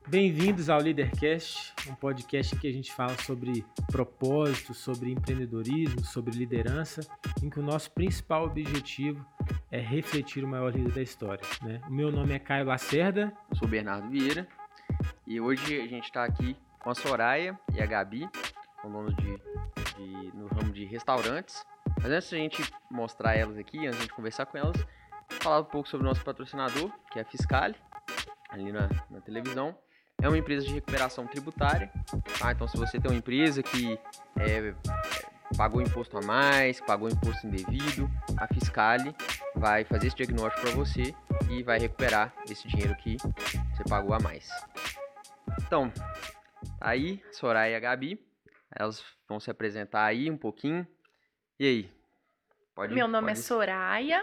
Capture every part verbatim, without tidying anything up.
Bem-vindos ao Leadercast, um podcast em que a gente fala sobre propósito, sobre empreendedorismo, sobre liderança, em que o nosso principal objetivo é refletir o maior líder da história, né? O meu nome é Caio Lacerda. Eu sou o Bernardo Vieira e hoje a gente está aqui com a Soraya e a Gabi, são donos de, de, no ramo de restaurantes. Mas antes de a gente mostrar elas aqui, antes de a gente conversar com elas, falar um pouco sobre o nosso patrocinador, que é a Fiscale, ali na, na televisão. É uma empresa de recuperação tributária, tá? Então se você tem uma empresa que é, pagou imposto a mais, pagou imposto indevido, a Fiscale vai fazer esse diagnóstico para você e vai recuperar esse dinheiro que você pagou a mais. Então, aí, a Soraya e a Gabi, elas vão se apresentar aí um pouquinho. E aí? Pode, Meu nome pode... é Soraya,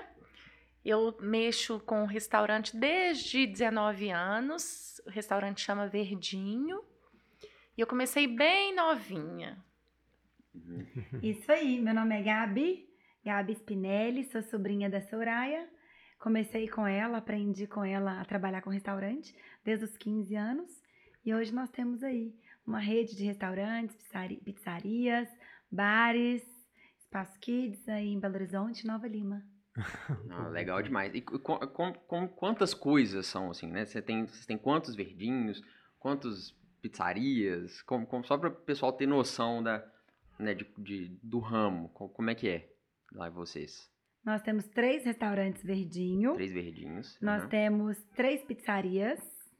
eu mexo com restaurante desde dezenove anos, o restaurante chama Verdinho, e eu comecei bem novinha. Uhum. Isso aí, meu nome é Gabi, Gabi Spinelli, sou sobrinha da Soraya, comecei com ela, aprendi com ela a trabalhar com restaurante desde os quinze anos, e hoje nós temos aí uma rede de restaurantes, pizzarias, bares, Espaço Kids aí em Belo Horizonte, Nova Lima. Ah, legal demais. E com, com, com quantas coisas são assim, né? Você tem, você tem quantos verdinhos, quantas pizzarias, como, como, só para o pessoal ter noção da, né, de, de, do ramo, como é que é lá em vocês? Nós temos três restaurantes Verdinho. Três verdinhos. Nós uhum. temos três pizzarias.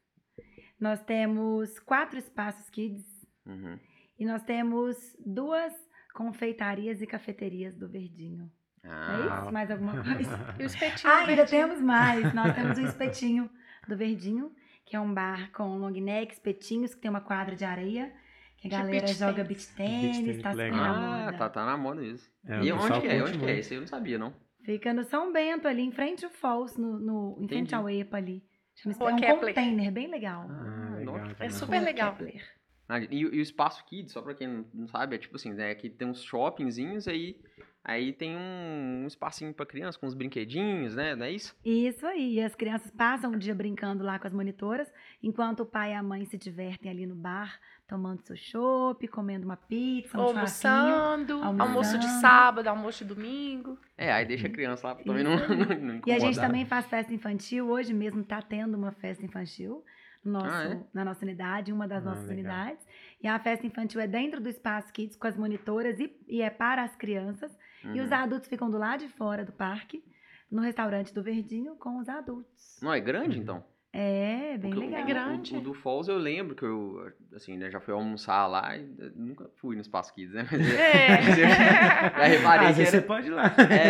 Nós temos quatro espaços kids. Uhum. E nós temos duas confeitarias e cafeterias do Verdinho. Ah. É isso? Mais alguma coisa? E o espetinho Ah, ainda Verdinho? temos mais. Nós temos o espetinho do Verdinho, que é um bar com long neck, espetinhos, que tem uma quadra de areia, que a De galera beach joga tennis. beach tênis, Beach tá tennis, super legal. na Ah, moda. tá, tá na moda isso. É, E o onde pessoal que é? curte Onde que é? muito. Isso aí eu não sabia, não. Fica no São Bento, ali em frente ao Falls, no, no, em frente Entendi. ao E P A ali. Chama Rua é um Kepler. container bem legal. Ah, legal, nossa. É demais. super legal. Kepler. Ah, e, e o Espaço Kids, só pra quem não- não sabe, é tipo assim, né? Aqui tem uns shoppingzinhos, aí, aí tem um, um espacinho pra criança, com uns brinquedinhos, né? Não é isso? Isso aí, as crianças passam o dia brincando lá com as monitoras, enquanto o pai e a mãe se divertem ali no bar, tomando seu chopp, comendo uma pizza, um churrasquinho. Almoçando, almoçando. almoço de sábado, almoço de domingo. É, aí deixa a criança lá pra também não, Isso não, aí. não E a gente incomodar. também faz festa infantil, hoje mesmo tá tendo uma festa infantil no nosso, Ah, é? na nossa unidade, uma das Ah, nossas legal. unidades. E a festa infantil é dentro do Espaço Kids com as monitoras e, e é para as crianças. E os Uhum. adultos ficam do lado de fora do parque, no restaurante do Verdinho, com os adultos. Não, é grande, Uhum. então? É, bem Porque o- legal. É grande. O, o do Falls eu lembro que eu, assim, né, já fui almoçar lá e eu nunca fui no Espaço Kids, né? Mas eu- É. mas eu já reparei Ah, que às vezes era... você pode ir lá.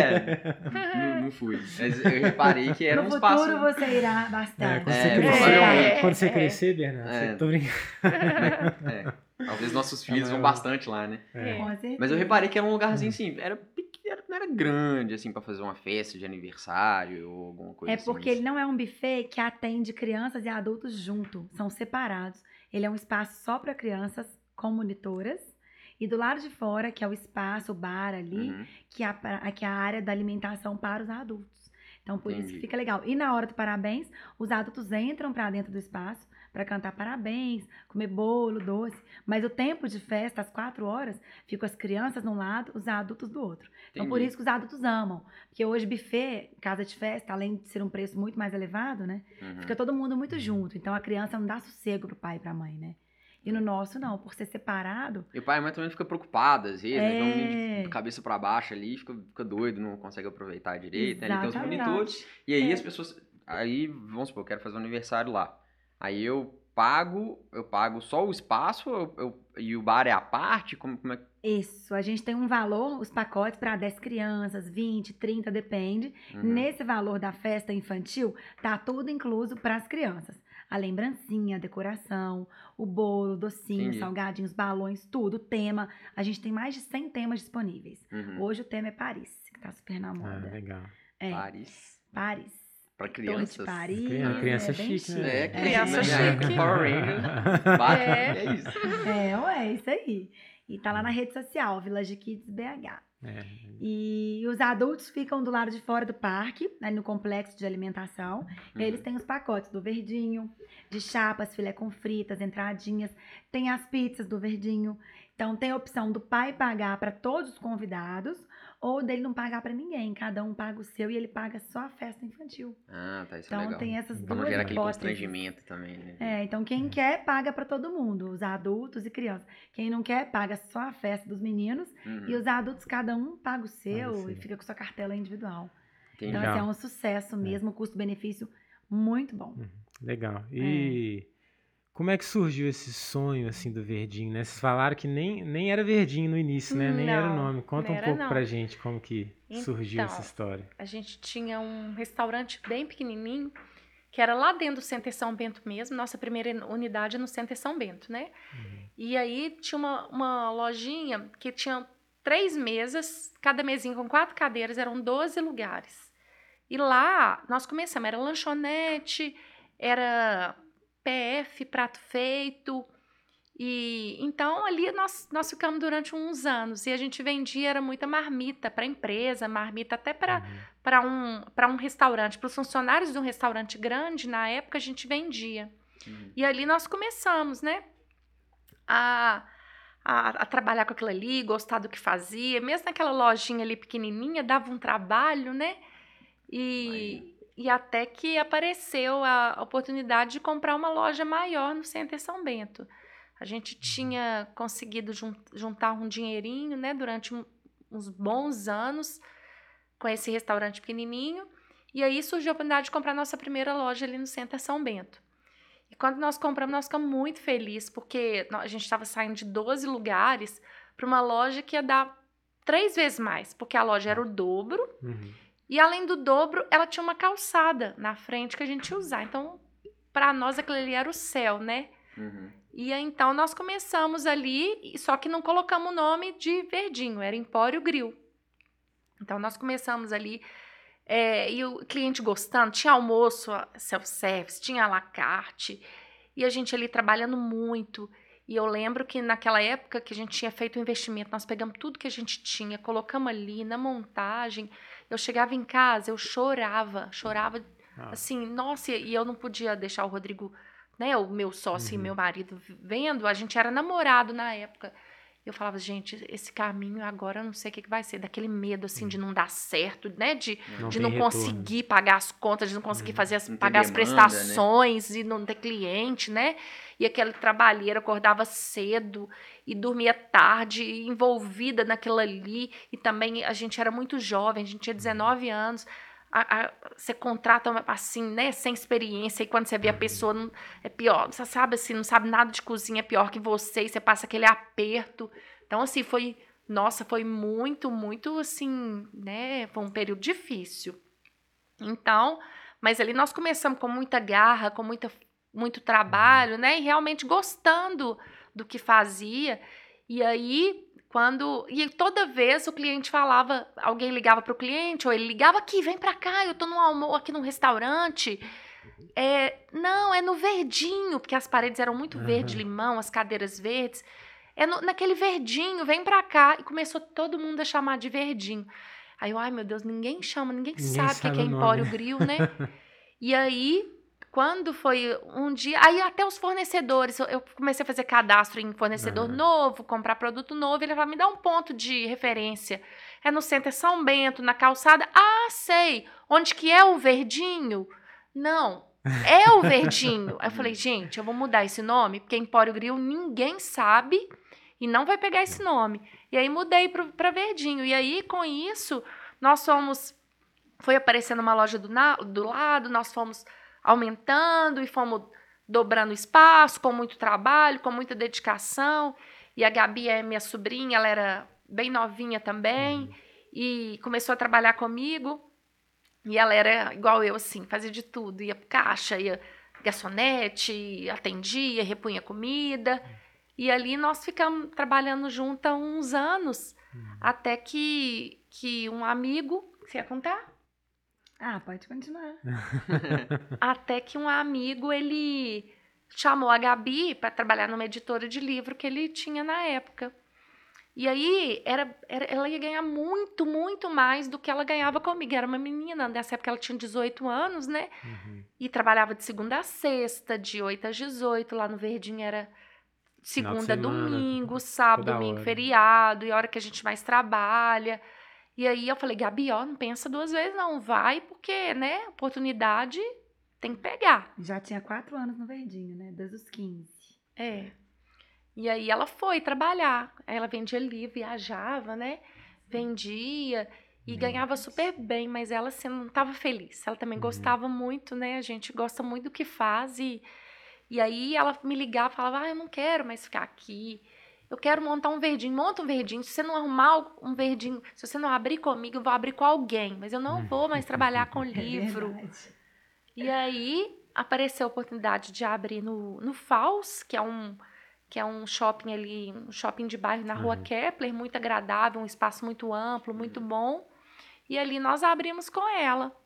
É, não, não fui. Mas eu reparei que era no um futuro espaço... você irá É, bastante. quando, É, você crescer, provavelmente. quando você É. crescer, Bernardo, É. você tô brincando. É, talvez nossos filhos É, vão mas- bastante lá, né? É. Com certeza. Mas eu reparei que era um lugarzinho assim, era pequeno, não era grande, assim, pra fazer uma festa de aniversário ou alguma coisa É assim. porque ele não é um buffet que atende crianças e adultos junto, são separados. Ele é um espaço só para crianças com monitoras. E do lado de fora, que é o espaço, o bar ali, Uhum. que, é a, pra- que é a área da alimentação para os adultos. Então, por isso Entendi. que fica legal. E na hora do parabéns, os adultos entram para dentro do espaço para cantar parabéns, comer bolo, doce. Mas o tempo de festa, às quatro horas, ficam as crianças de um lado, os adultos do outro. Então, por Entendi. isso que os adultos amam. Porque hoje, buffet, casa de festa, além de ser um preço muito mais elevado, né? Uhum. Fica todo mundo muito junto. Então, a criança não dá sossego pro pai e pra mãe, né? E no nosso, não. Por ser separado, E o pai e a mãe também fica preocupado, às vezes, né? Vê um menino É. de cabeça pra baixo ali, fica, fica doido, não consegue aproveitar direito, né? Ele tem os Exatamente. monitores. E aí É. as pessoas. Aí, vamos supor, eu quero fazer um aniversário lá. Aí eu pago, eu pago só o espaço eu, eu- e o bar é a parte? Como, como é que. isso. A gente tem um valor, os pacotes para dez crianças, vinte, trinta, depende. Uhum. Nesse valor da festa infantil, tá tudo incluso para as crianças. A lembrancinha, a decoração, o bolo, docinho, Entendi. salgadinhos, balões, tudo, tema. A gente tem mais de cem temas disponíveis. Uhum. Hoje o tema é Paris, que tá super na Ah, moda. legal. É, Paris. Paris. Pra Torre crianças. de Paris. Criança- criança é bem chique, né? É, Criança né? chique. Power Rangers. Bate, É. é isso. É, ué, isso aí. E tá lá na rede social, Village Kids B H. É. E os adultos ficam do lado de fora do parque, né, no complexo de alimentação. Uhum. Eles têm os pacotes do Verdinho, de chapas, filé com fritas, entradinhas. Tem as pizzas do Verdinho. Então, tem a opção do pai pagar para todos os convidados ou dele não pagar para ninguém. Cada um paga o seu e ele paga só a festa infantil. Ah, tá, isso Então, é legal. tem essas Pra não duas gerar aquele hipóteses. constrangimento também, né? É, então quem quer paga para todo mundo, os adultos e crianças. Quem não quer paga só a festa dos meninos Uhum. e os adultos cada um paga o seu Paga o e seu. fica com sua cartela individual. Entendi. Então Legal. assim, é um sucesso mesmo, custo-benefício muito bom. Legal. E como é que surgiu esse sonho, assim, do Verdinho, né? Vocês falaram que nem, nem era Verdinho no início, né? Nem era o Não, nome. Conta não um era, pouco não. pra gente como que surgiu Então, essa história. A gente tinha um restaurante bem pequenininho, que era lá dentro do Center São Bento mesmo. Nossa primeira unidade é no Center São Bento, né? Uhum. E aí tinha uma, uma lojinha que tinha três mesas, cada mesinha com quatro cadeiras, eram doze lugares. E lá nós começamos, era lanchonete, era P F, prato feito. E então ali nós, nós ficamos durante uns anos e a gente vendia era muita marmita para empresa, marmita até para Uhum. para um, para um restaurante, para os funcionários de um restaurante grande, na época a gente vendia. Uhum. E ali nós começamos, né, a, a, a trabalhar com aquilo ali, gostar do que fazia. Mesmo naquela lojinha ali pequenininha, dava um trabalho, né? E, e até que apareceu a oportunidade de comprar uma loja maior no Center São Bento. A gente tinha conseguido jun- juntar um dinheirinho, né, durante um- uns bons anos com esse restaurante pequenininho. E aí surgiu a oportunidade de comprar nossa primeira loja ali no Center São Bento. E quando nós compramos, nós ficamos muito felizes, porque nó- a gente estava saindo de doze lugares para uma loja que ia dar três vezes mais, porque a loja era o dobro. Uhum. E além do dobro, ela tinha uma calçada na frente que a gente ia usar. Então, para nós, aquilo ali era o céu, né? Uhum. E aí, então, nós começamos ali, e- só que não colocamos o nome de Verdinho, era Empório Grill. Então, nós começamos ali, é, e o cliente gostando, tinha almoço self-service, tinha à la carte, e a gente ali trabalhando muito. E eu lembro que naquela época que a gente tinha feito o investimento, nós pegamos tudo que a gente tinha, colocamos ali na montagem. Eu chegava em casa, eu chorava, chorava Ah, assim, nossa, e eu não podia deixar o Rodrigo, né, o meu sócio e Uhum. meu marido vendo, a gente era namorado na época. Eu falava, gente, esse caminho agora eu não sei o que, que vai ser, daquele medo, assim, de não dar certo, né, de Não de tem não retorno. conseguir pagar as contas, de não conseguir Uhum. fazer as, Não ter pagar as demanda, né? prestações e não ter cliente, né? E aquele trabalheiro acordava cedo e dormia tarde, envolvida naquilo ali. E também a gente era muito jovem, a gente tinha dezenove anos. A, a, você contrata assim, né, sem experiência, e quando você vê a pessoa, não, é pior. Você sabe assim, não sabe nada de cozinha, é pior que você, e você passa aquele aperto. Então, assim, foi, nossa, foi muito, muito, assim, né, foi um período difícil. Então, mas ali nós começamos com muita garra, com muita, muito trabalho, né, e realmente gostando do que fazia. E aí, quando, e toda vez o cliente falava, alguém ligava para o cliente, ou ele ligava aqui, vem para cá, eu tô no almoço aqui num restaurante. É, não, é no verdinho, porque as paredes eram muito Aham. verde-limão, as cadeiras verdes. É no- naquele verdinho, vem pra cá. E começou todo mundo a chamar de verdinho. Aí eu, ai meu Deus, ninguém chama, ninguém, Ninguém sabe o que sabe que é o nome, Empório né? Grill, né? E aí, quando foi um dia, aí até os fornecedores, eu- eu comecei a fazer cadastro em fornecedor Aham. novo, comprar produto novo, ele falou, me dá um ponto de referência. É no Center São Bento, na calçada. Ah, sei. Onde que é o verdinho? Não, é o verdinho. Aí eu falei, gente, eu vou mudar esse nome, porque Empório Grill ninguém sabe e não vai pegar esse nome. E aí mudei pro- pra verdinho. E aí, com isso, nós fomos... Foi aparecendo uma loja do, na- do lado, nós fomos aumentando e fomos dobrando espaço, com muito trabalho, com muita dedicação. E a Gabi é minha sobrinha, ela era bem novinha também, e começou a trabalhar comigo. E ela era igual eu, assim, fazia de tudo. Ia pro caixa, ia garçonete, atendia, repunha comida. E ali nós ficamos trabalhando juntas há uns anos, até que, que um amigo... Você ia contar? Ah, pode continuar. Até que um amigo, ele chamou a Gabi para trabalhar numa editora de livro que ele tinha na época. E aí, era, era, ela ia ganhar muito, muito mais do que ela ganhava comigo. Era uma menina, nessa época ela tinha dezoito anos, né? Uhum. E trabalhava de segunda a sexta, de oito às dezoito. Lá no Verdinho era Final de segunda, semana, domingo, sábado, toda domingo, hora. feriado. E a hora que a gente mais trabalha. E aí eu falei, Gabi, ó, não pensa duas vezes não. Vai porque, né, oportunidade tem que pegar. Já tinha quatro anos no Verdinho, né? Desde os quinze. É. E aí ela foi trabalhar. Aí ela vendia livro, viajava, né? Vendia e Hum. ganhava super bem, mas ela assim, não estava feliz. Ela também Uhum. gostava muito, né? A gente gosta muito do que faz. E, e aí ela me ligava e falava, ah, eu não quero mais ficar aqui. Eu quero montar um verdinho. Monta um verdinho. Se você não arrumar um verdinho, se você não abrir comigo, eu vou abrir com alguém. Mas eu não vou mais trabalhar com livro. É verdade. E aí apareceu a oportunidade de abrir no, no Faus, que é um, que é um shopping ali, um shopping de bairro na Rua Uhum. Kepler, muito agradável, um espaço muito amplo, muito bom. E ali nós abrimos com ela.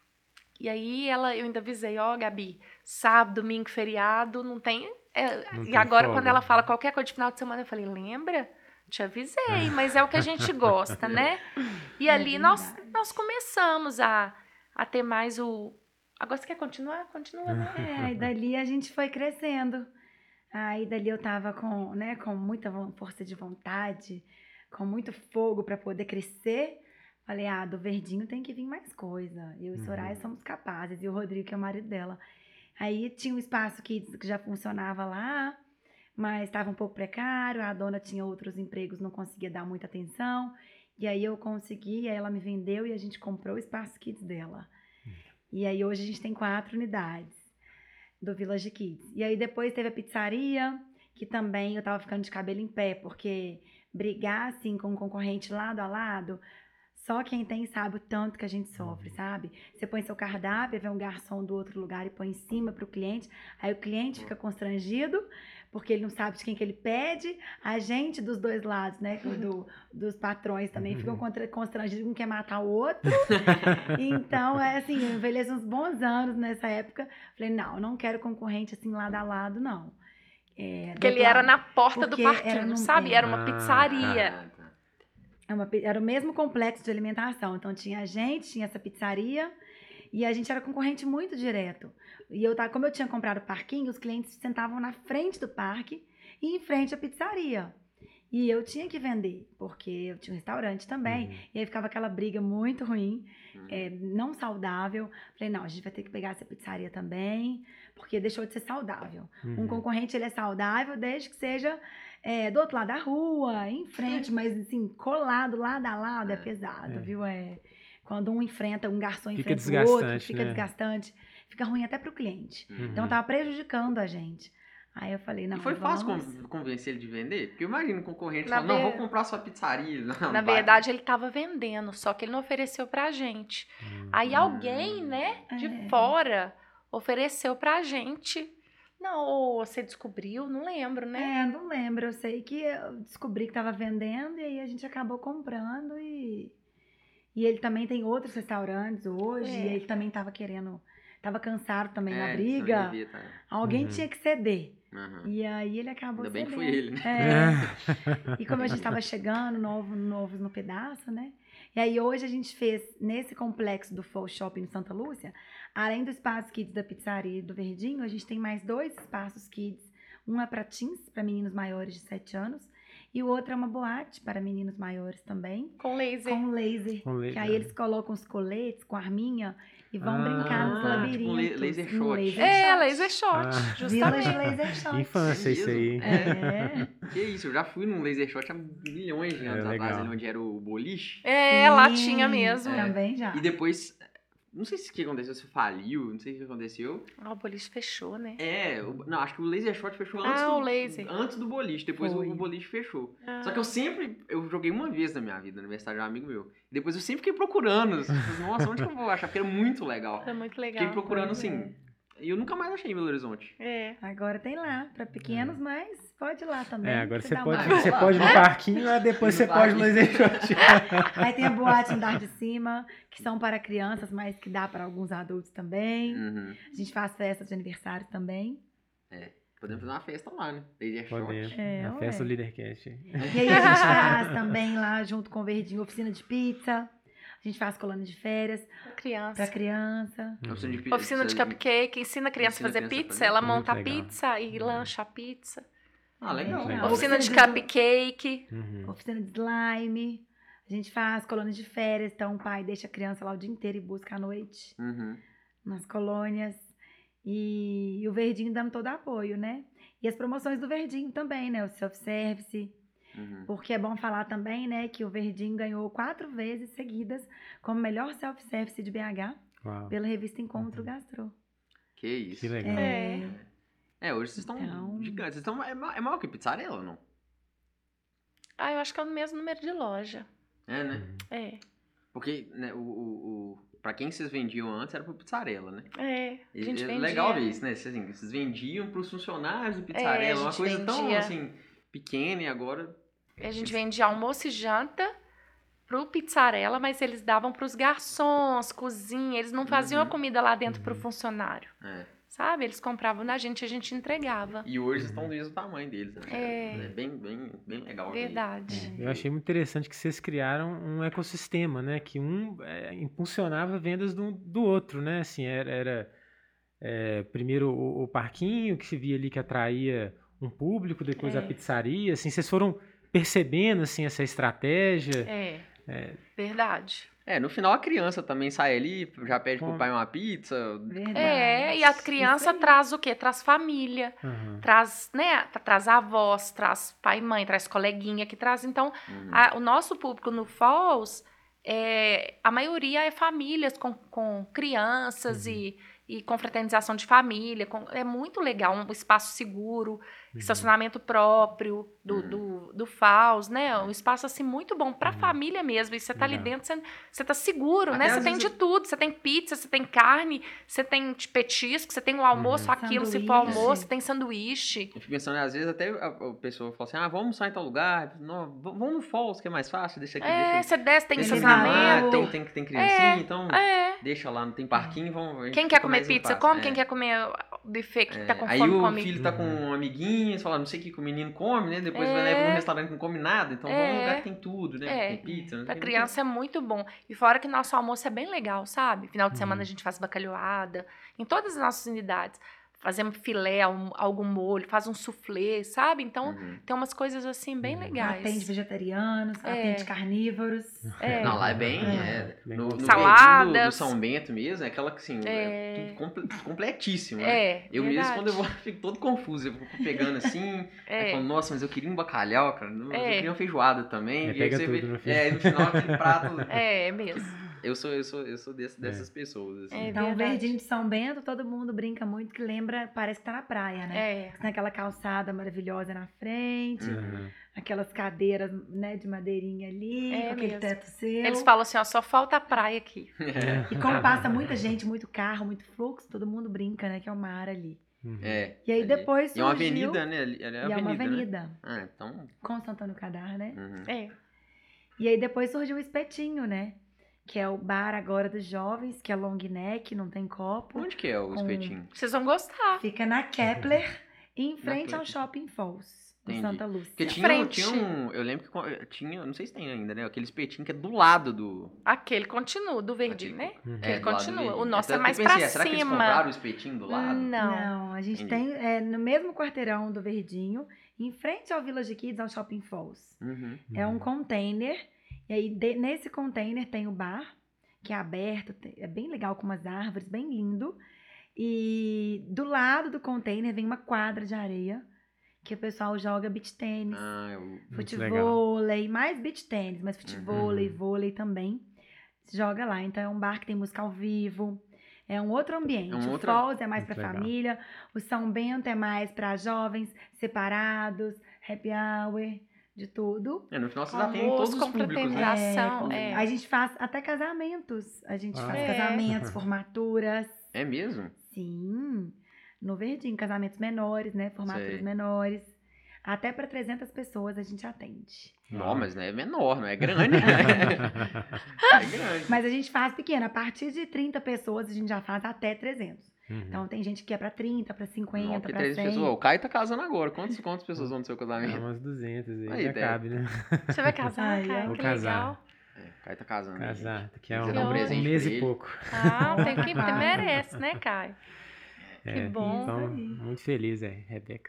E aí ela, eu ainda avisei, ó, Gabi, sábado, domingo, feriado, não tem... é, Não e tem agora, folga. quando ela fala qualquer coisa de final de semana, eu falei, lembra? Te avisei, mas é o que a gente gosta, né? E É ali nós, verdade. nós começamos a, a ter mais o... Agora você quer continuar? Continua, né? É, aí dali a gente foi crescendo. Aí dali eu tava com, né, com muita von- força de vontade, com muito fogo para poder crescer. Falei, ah, do Verdinho tem que vir mais coisa. Eu e Uhum. Soraya somos capazes. E o Rodrigo, que é o marido dela. Aí tinha um espaço que, que já funcionava lá, mas estava um pouco precário. A dona tinha outros empregos, não conseguia dar muita atenção. E aí eu consegui, aí ela me vendeu e a gente comprou o espaço Kids dela. E aí hoje a gente tem quatro unidades do Village Kids. E aí depois teve a pizzaria, que também eu tava ficando de cabelo em pé, porque brigar assim com um concorrente lado a lado, só quem tem sabe o tanto que a gente sofre, sabe? Você põe seu cardápio, vem um garçom do outro lugar e põe em cima pro cliente, aí o cliente fica constrangido, porque ele não sabe de quem que ele pede, a gente dos dois lados, né, do, dos patrões também ficam contra- constrangidos, um quer matar o outro. Então, é assim, eu envelheci uns bons anos nessa época. Falei, não, eu não quero concorrente assim lado a lado, não. É, do Porque ele outro era lado. na porta do Porque parquinho, era num- sabe? é. Era uma Ah, pizzaria. Ah, tá. É uma pi- era o mesmo complexo de alimentação. Então, tinha a gente, tinha essa pizzaria, e a gente era concorrente muito direto. E eu tava, como eu tinha comprado o parquinho, os clientes se sentavam na frente do parque e em frente à pizzaria. E eu tinha que vender, porque eu tinha um restaurante também. Uhum. E aí ficava aquela briga muito ruim, Uhum. é, não saudável. Falei, não, a gente vai ter que pegar essa pizzaria também, porque deixou de ser saudável. Um Uhum. concorrente, ele é saudável desde que seja é, do outro lado da rua, em frente, mas assim, colado, lado a lado, é, É. pesado, É. viu? É, quando um enfrenta, um garçom Fica enfrenta o outro, desgastante, fica né? desgastante. Fica ruim até pro cliente. Uhum. Então, tava prejudicando a gente. Aí eu falei, não, E foi fácil vamos... con- convencer ele de vender? Porque imagina um concorrente Na falando, não, ver- vou comprar sua pizzaria. Não, Na vai. verdade, ele estava vendendo, só que ele não ofereceu pra gente. Uhum. Aí alguém, né, de É. fora, ofereceu pra gente. Não, ou você descobriu, não lembro, né? É, não lembro. Eu sei que eu descobri que tava vendendo e aí a gente acabou comprando e... E ele também tem outros restaurantes hoje É. e ele também tava querendo... Tava cansado também É, na isso briga. eu devia, tá? Alguém Uhum. tinha que ceder. Uhum. E aí ele acabou Ainda bem que cedendo. foi ele, né? É. E como a gente tava chegando, novo, novos no pedaço, né? E aí hoje a gente fez, nesse complexo do Fall Shopping em Santa Lúcia, além do espaço Kids da pizzaria e do Verdinho, a gente tem mais dois espaços Kids. Um é para teens, para meninos maiores de sete anos, e o outro é uma boate para meninos maiores também, Com laser. com laser. Com laser. Que aí eles colocam os coletes com arminha e vão Ah, brincar nos tipo um labirintos. la- laser Um shot. laser É, shot. laser shot, Ah. justamente. Village Laser Shot. Infância, isso aí. hein? É. Que isso, eu já fui num laser shot há milhões de É, anos legal. atrás, ali onde era o boliche. É, lá Sim, tinha mesmo. É. Também já. E depois, não sei se o que aconteceu, se faliu, não sei o que aconteceu. Ah, o boliche fechou, né? É, o- não, acho que o laser shot fechou antes, Ah, do, o laser. antes do boliche, depois o, Foi. o boliche fechou. Ah. Só que eu sempre, eu joguei uma vez na minha vida, no aniversário de um amigo meu. Depois eu sempre fiquei procurando, nossa, onde que eu vou achar? Porque era muito legal. Era muito legal. Fiquei procurando Pois assim, e eu nunca mais achei em Belo Horizonte. É. Agora tem lá, para pequenos, mas pode ir lá também. É, agora que você dá pode, uma- você pode ir no parquinho, lá depois No você pode no parquinho. laser shot. Aí tem a boate andar de cima, que são para crianças, mas que dá para alguns adultos também. Uhum. A gente faz festa de aniversário também. Podemos fazer uma festa lá, né? Laser Podemos. Shot. É, Na ué. festa do Leadercast. E aí a gente faz também lá, junto com o Verdinho, oficina de pizza. A gente faz colônia de férias Pra criança. pra criança. Oficina de, pi- Oficina de precisa cupcake, ensina a criança Ensina a fazer a criança a pizza, fazer. ela Muito monta a legal. pizza e lancha a pizza. Ah, legal. Muito legal. A Oficina de oficina cupcake. Uhum. Oficina de slime. A gente faz colônia de férias, então o pai deixa a criança lá o dia inteiro e busca à noite Uhum. nas colônias. E, e o Verdinho dando todo apoio, né? E as promoções do Verdinho também, né? O self-service. Uhum. Porque é bom falar também, né, que o Verdinho ganhou quatro vezes seguidas como melhor self-service de B H Uau. pela revista Encontro Gastro. Que isso. Que legal. É. É, hoje vocês estão Então- gigantes. Vocês estão, é, ma- é maior que Pizzarella ou não? Ah, eu acho que é o mesmo número de loja. É, né? Uhum. É. Porque né, o, o, o, pra quem vocês vendiam antes era pro Pizzarella, né? É. A E- gente é vendia. legal ver isso, né? Vocês, assim, vocês vendiam pros funcionários do Pizzarella. É, a uma gente coisa tão, vendia. assim, pequena e agora... A gente vendia almoço e janta pro Pizzarella, mas eles davam pros garçons, cozinha. Eles não faziam Uhum. a comida lá dentro pro Uhum. funcionário. É. Sabe? Eles compravam da gente e a gente entregava. E hoje vocês estão do mesmo tamanho deles, né? É. bem, bem, bem legal. ver. Verdade. Eu achei muito interessante que vocês criaram um ecossistema, né? Que um é, impulsionava vendas do, do outro, né? Assim, era, era é, primeiro o, o parquinho que se via ali que atraía um público, depois É. a pizzaria. Assim, vocês foram percebendo assim essa estratégia. É. É. Verdade. É, no final a criança também sai ali, já pede pro Com- pai uma pizza. Verdade. É, e a criança Isso aí. traz o quê? Traz família. Aham. Traz, né? Traz avós, traz pai e mãe, traz coleguinha que traz. Então, Uhum. a- o nosso público no Falls, é, a maioria é famílias com, com crianças Uhum. e, e confraternização de família. com- é muito legal, um espaço seguro, Uhum. estacionamento próprio do, Uhum. do, do Falls, né? Um espaço assim muito bom pra Uhum. família mesmo. E você tá ali Legal. dentro, você, você tá seguro, Até né? Você às tem vezes de tudo. Você tem pizza, você tem carne, você tem tipo, petisco, você tem o almoço, Uhum. aquilo, se for Sanduíche. almoço, você tem sanduíche. Eu fico pensando, às vezes até a, a pessoa fala assim, ah, vamos sair em tal lugar, não, v- vamos no Falls, que é mais fácil, deixa aqui, É, deixa, você desce, tem deixa aqui estacionamento. lá, tem, tem, tem criancinha, então É. deixa lá, não tem parquinho, vamos... a gente Quem quer fica comer mais em pizza, paz. come. É. Quem quer comer buffet, que É, tá com aí fome, o come. filho tá com um amiguinho, você fala, não sei o que que o menino come, né? Depois vai É. levar num restaurante que não come nada, então vamos num É. lugar que tem tudo, né? É. Tem pizza, não Pra tem criança é muito bom. E fora que nosso almoço é bem legal, sabe? Final de Uhum. semana a gente faz bacalhoada. Em todas as nossas unidades. Fazemos filé, um- algum molho, faz um soufflé, sabe? Então, Uhum. tem umas coisas assim bem Uhum. legais. Atende vegetarianos, É. atende carnívoros. É. Não, lá é bem. É. É, Bem no, no Saladas. verdinho do, do São Bento mesmo, é aquela que assim, é, É. tudo comple- completíssimo, né? É, Eu mesmo, verdade. quando eu vou, fico todo confuso. Eu fico pegando assim, aí É. falo, nossa, mas eu queria um bacalhau, cara. não, É. Eu queria uma feijoada também. É, e aí pega você tudo vê- no fim. É, no final aquele prato. É, é mesmo. Eu sou, eu sou, eu sou desse- dessas pessoas, assim. É Então, o verdade. verdinho de São Bento, todo mundo brinca muito que lembra, parece que tá na praia, né? É. Tem aquela calçada maravilhosa na frente, Uhum. aquelas cadeiras, né, de madeirinha ali, É com aquele mesmo. teto seu. Eles falam assim, ó, só falta a praia aqui. É. E como passa muita gente, muito carro, muito fluxo, todo mundo brinca, né, que é o mar ali. Uhum. É, E aí ali. depois E é uma surgiu- avenida, né? ali- ali É E é uma avenida, né? avenida, Ah, então. com Santo Antônio Cadar, né? uhum. É. E aí depois surgiu o Espetinho, né? Que é o bar agora dos jovens, que é long neck, não tem copo. Onde que é o Com- espetinho? Vocês vão gostar. Fica na Kepler, em frente ao Kepler. Shopping Falls, em Entendi. Santa Lúcia. Porque Em tinha, frente. tinha um. Eu lembro que co- tinha. Não sei se tem ainda, né? Aquele espetinho que é do lado do. Aquele continua, do verdinho, Aquele- né? Uhum. Que ele do lado do continua. verdinho. O nosso Então, é mais eu pensei, pra ah, será que eles cima. compraram o espetinho do lado? Não. Não, a gente Entendi. tem é, no mesmo quarteirão do Verdinho, em frente ao Village Kids, ao Shopping Falls. Uhum. É um Uhum. container, e aí de- nesse container tem o bar, que é aberto, tem- é bem legal, com umas árvores, bem lindo. E do lado do container vem uma quadra de areia, que o pessoal joga beach tênis, Ah, eu. Muito legal. futevôlei, mais beach tênis, mas futevôlei, Uhum. vôlei também. Se joga lá. Então é um bar que tem música ao vivo. É um outro ambiente. É um o outro- Falls é mais Muito para legal. família. O São Bento é mais para jovens, separados, happy hour, de tudo. É, no final vocês atendem todos Almoço, os públicos, né? confraternização. É, é. A gente faz até casamentos. A gente Ah. faz É. casamentos, formaturas. É mesmo? Sim. No Verdinho, casamentos menores, né? Formaturas Sei. menores. Até para trezentas pessoas a gente atende. Não, mas não é menor, não é grande. É grande. Mas a gente faz pequeno. A partir de trinta pessoas, a gente já faz até trezentos. Uhum. Então tem gente que é pra trinta, pra Não, cinquenta, porque pra três cem. pessoas. O Caio tá casando agora. Quantas, quantas pessoas vão no seu É casamento? umas duzentas aí, Aí, já Débora. cabe, né? Você vai casar, Ai, Caio? eu vou Que casar. legal. É, o Caio tá casando. aí, Casar, gente. daqui a Quiser um, dar um Que presente um mês pra e ele. pouco. Ah, tem que, Quase. merece, né, Caio? Que É, bom. então, Isso aí. muito feliz, é, Rebeca.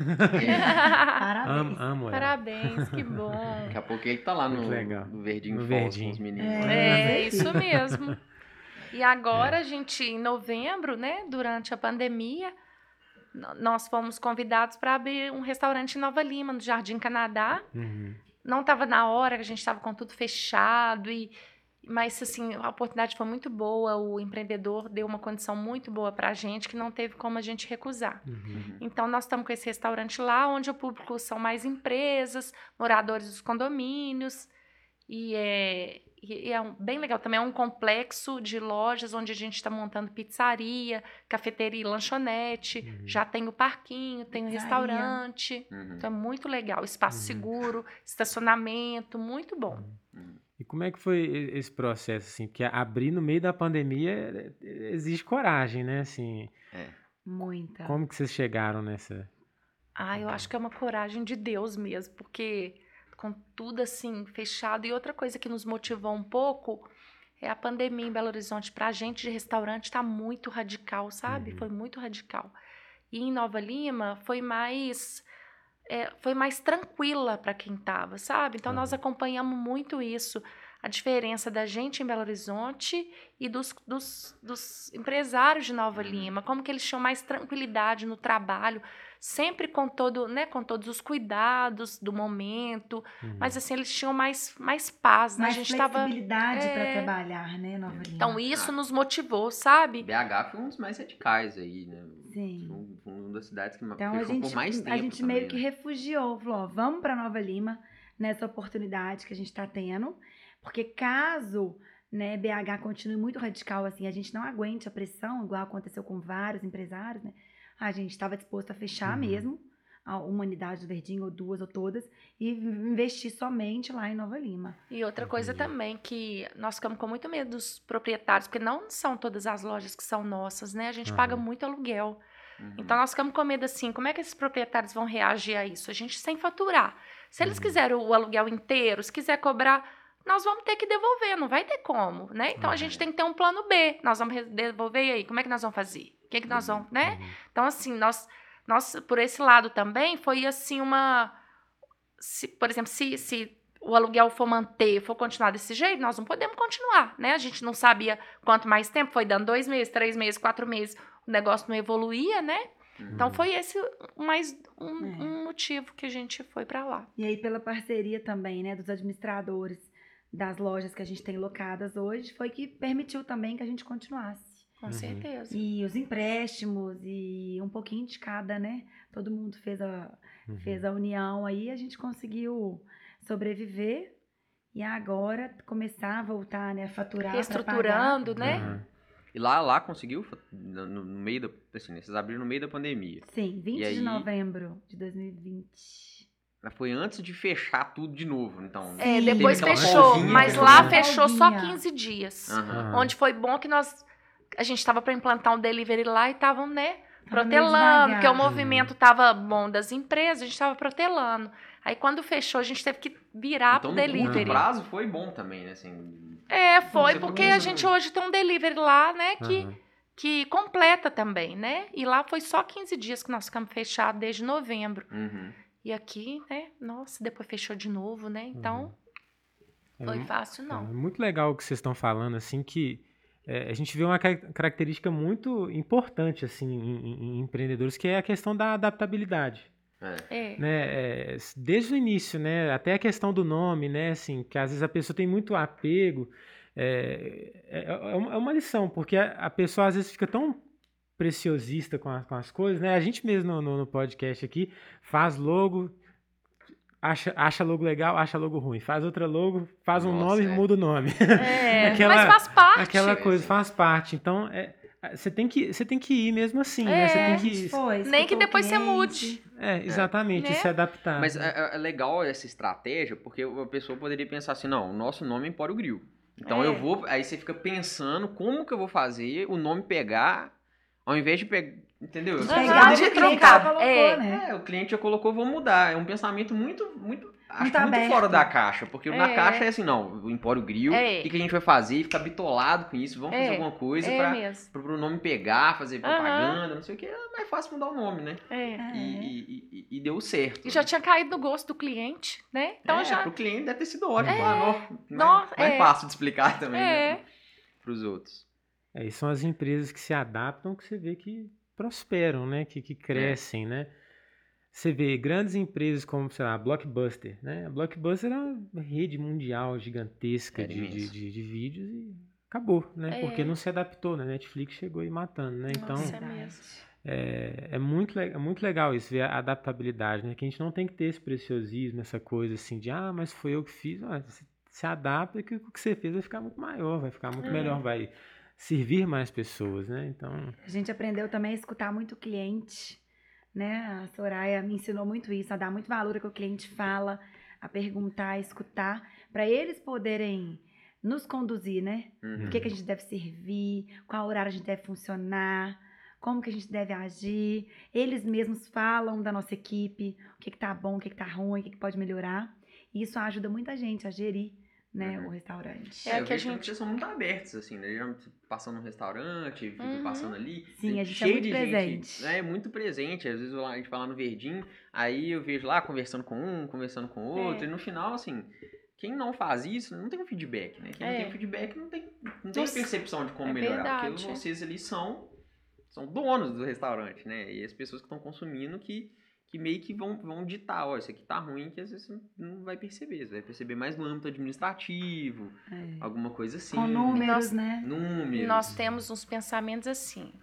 Parabéns. Amo, amo ela. Parabéns, que bom. Daqui a pouco ele tá lá Muito no, legal. no Verdinho No Falls Verdinho. com os meninos. É, É. isso mesmo. E agora, a gente, em novembro, né, durante a pandemia, no- nós fomos convidados para abrir um restaurante em Nova Lima, no Jardim Canadá. Uhum. Não estava na hora, que a gente estava com tudo fechado, e, mas assim, a oportunidade foi muito boa, o empreendedor deu uma condição muito boa para a gente, que não teve como a gente recusar. Uhum. Então, nós estamos com esse restaurante lá, onde o público são mais empresas, moradores dos condomínios, e é, e é um- bem legal. Também é um complexo de lojas, onde a gente está montando pizzaria, cafeteria e lanchonete, Uhum. já tem o parquinho, tem o Pizzaria. restaurante, Uhum. então é muito legal. Espaço Uhum. seguro, estacionamento, muito bom. Uhum. E como é que foi e- esse processo, assim? Porque abrir no meio da pandemia é, exige coragem, né? Assim, Muita. como que vocês chegaram nessa... Ah, eu acho que é uma coragem de Deus mesmo, porque com tudo assim fechado. E outra coisa que nos motivou um pouco é a pandemia em Belo Horizonte. Pra gente de restaurante tá muito radical, sabe? Uhum. Foi muito radical. E em Nova Lima foi mais é, foi mais tranquila para quem tava, sabe? Então nós Uhum. acompanhamos muito isso. A diferença da gente em Belo Horizonte e dos, dos, dos empresários de Nova Lima, como que eles tinham mais tranquilidade no trabalho, sempre com todo, né, com todos os cuidados do momento, Uhum. mas assim eles tinham mais, mais paz, né? Mais a gente tava, flexibilidade para é. trabalhar, né, Nova Lima? então isso Ah. nos motivou, sabe? B H foi um dos mais radicais aí, né? Sim. Foi um- foi uma das cidades que Então a fechou gente, por mais tempo a gente também, meio que né? refugiou, falou, ó, vamos para Nova Lima nessa oportunidade que a gente está tendo, porque caso, né, B H continue muito radical assim, a gente não aguente a pressão, igual aconteceu com vários empresários, né? A gente estava disposto a fechar Uhum. mesmo a uma unidade do Verdinho, ou duas, ou todas, e investir somente lá em Nova Lima. E outra coisa Entendi. também, que nós ficamos com muito medo dos proprietários, porque não são todas as lojas que são nossas, né? A gente Aham. paga muito aluguel. Uhum. Então nós ficamos com medo assim, como é que esses proprietários vão reagir a isso? A gente sem faturar. Se eles Uhum. quiserem o aluguel inteiro, se quiser cobrar, nós vamos ter que devolver, não vai ter como, né? Então a Uhum. gente tem que ter um plano B. Nós vamos re- devolver e aí, como é que nós vamos fazer? O que, que nós vamos, né? Uhum. Então, assim, nós, nós, por esse lado também, foi assim uma... Se, por exemplo, se, se o aluguel for manter, for continuar desse jeito, nós não podemos continuar, né? A gente não sabia quanto mais tempo, foi dando dois meses, três meses, quatro meses, o negócio não evoluía, né? Uhum. Então, foi esse mais um, É. um motivo que a gente foi pra lá. E aí, pela parceria também, né, dos administradores das lojas que a gente tem locadas hoje, foi que permitiu também que a gente continuasse. Com Uhum. certeza. E os empréstimos e um pouquinho de cada, né? Todo mundo fez a, Uhum. fez a união aí, a gente conseguiu sobreviver e agora começar a voltar, né? A faturar. pra Reestruturando, pagar. né? Aham. E lá, lá conseguiu, no, no meio da, assim, né, vocês abriram no meio da pandemia. Sim, vinte E aí? de novembro de dois mil e vinte. Mas foi antes de fechar tudo de novo, então. É, Sim. depois Teve aquela fechou, folguinha, mas aquela lá folguinha. fechou só Folguinha. quinze dias. Aham. Aham. Onde foi bom que nós. A gente estava para implantar um delivery lá e estavam, né? Tava meio Protelando, porque o devagar. movimento tava bom das empresas, a gente estava protelando. Aí quando fechou, a gente teve que virar Então, pro no curto delivery. prazo foi bom também, né? Assim, É, foi, Você porque foi a mesmo. gente hoje tem um delivery lá, né, que, Aham. que completa também, né? E lá foi só quinze dias que nós ficamos fechados desde novembro. uhum. E aqui, né, nossa, depois fechou de novo, né? Então, É foi mu- fácil É não. muito legal o que vocês estão falando, assim, que é, a gente vê uma ca- característica muito importante, assim, em, em- em empreendedores, que é a questão da adaptabilidade, É. É. né? É, desde o início, né? Até a questão do nome, né? Assim, que às vezes a pessoa tem muito apego. É, é, é uma é uma lição, porque a, a pessoa às vezes fica tão preciosista com, a- com as coisas, né? A gente mesmo no, no- no podcast aqui faz logo, acha, acha logo legal, acha logo ruim. Faz outra logo, faz um Nossa, nome e é. muda o nome. É, Aquela- mas faz parte. Aquela É, coisa sim. faz parte. Então, é, você tem que, você tem que ir mesmo assim, né? Você É. tem A gente que, foi, Nem que escutou o depois você cliente. mude. é, exatamente, Né? se adaptar. Mas é, é- é legal essa estratégia, porque a pessoa poderia pensar assim, não, o nosso nome é Empório Grill. Então É. eu vou, aí você fica pensando como que eu vou fazer o nome pegar Ao invés de pegar, entendeu? De Você pegar poderia o ter cliente trocado. já colocou, É. né? É, o cliente já colocou, vou mudar. É um pensamento muito, muito, acho tá muito aberto. fora da caixa. Porque na É. caixa é assim, não, o Empório Grill, o É. que, que a gente vai fazer? Ficar bitolado com isso, vamos É. fazer alguma coisa É pra, mesmo. pro, pro nome pegar, fazer Aham. propaganda, não sei o que. É mais fácil mudar o nome, né? É. É. E, e, e, e deu certo. E já tinha caído no gosto do cliente, né? Então é, já. pro cliente deve ter sido ótimo. É. Ah, não, Nossa, mais, mais é. fácil de explicar também, É. né? Pros outros. É, e são as empresas que se adaptam que você vê que prosperam, né? Que, que crescem, né? Você vê grandes empresas como, sei lá, a Blockbuster, né? A Blockbuster é uma rede mundial gigantesca Era de, de, imenso. de, de vídeos e acabou, né? É. Porque não se adaptou, né? Netflix chegou aí matando, né? Então, Nossa, é Verdade. mesmo. é, é, muito, le- é muito legal isso, ver a adaptabilidade, né? Que a gente não tem que ter esse preciosismo, essa coisa assim de, ah, mas foi eu que fiz. Ah, se, se adapta que o que você fez vai ficar muito maior, vai ficar muito É. melhor, vai servir mais pessoas, né? Então, A gente aprendeu também a escutar muito o cliente, né? A Soraya me ensinou muito isso, a dar muito valor ao que o cliente fala, a perguntar, a escutar, para eles poderem nos conduzir, né? Uhum. O que, que a gente deve servir, qual horário a gente deve funcionar, como que a gente deve agir. Eles mesmos falam da nossa equipe, o que, que tá bom, o que, que tá ruim, o que, que pode melhorar. E isso ajuda muita gente a gerir, né, Uhum. o restaurante. É eu que a vejo também gente- vocês são muito abertos, assim, né? Já passando no restaurante, fica Uhum. passando ali. Sim, tem a gente é cheio muito de presente. Gente, é muito presente. Às vezes a gente vai lá no Verdinho, aí eu vejo lá conversando com um, conversando com outro, É. e no final, assim, quem não faz isso não tem um feedback, né? Quem É. não tem feedback não tem, não tem Nossa, percepção de como é melhorar. Porque verdade. vocês ali são, são donos do restaurante, né? E as pessoas que estão consumindo que. Que meio que vão, vão ditar, ó, isso aqui tá ruim, que às vezes você não vai perceber. Você vai perceber mais no âmbito administrativo, É. alguma coisa assim. Com números, Nós- né? Números. Nós temos uns pensamentos assim.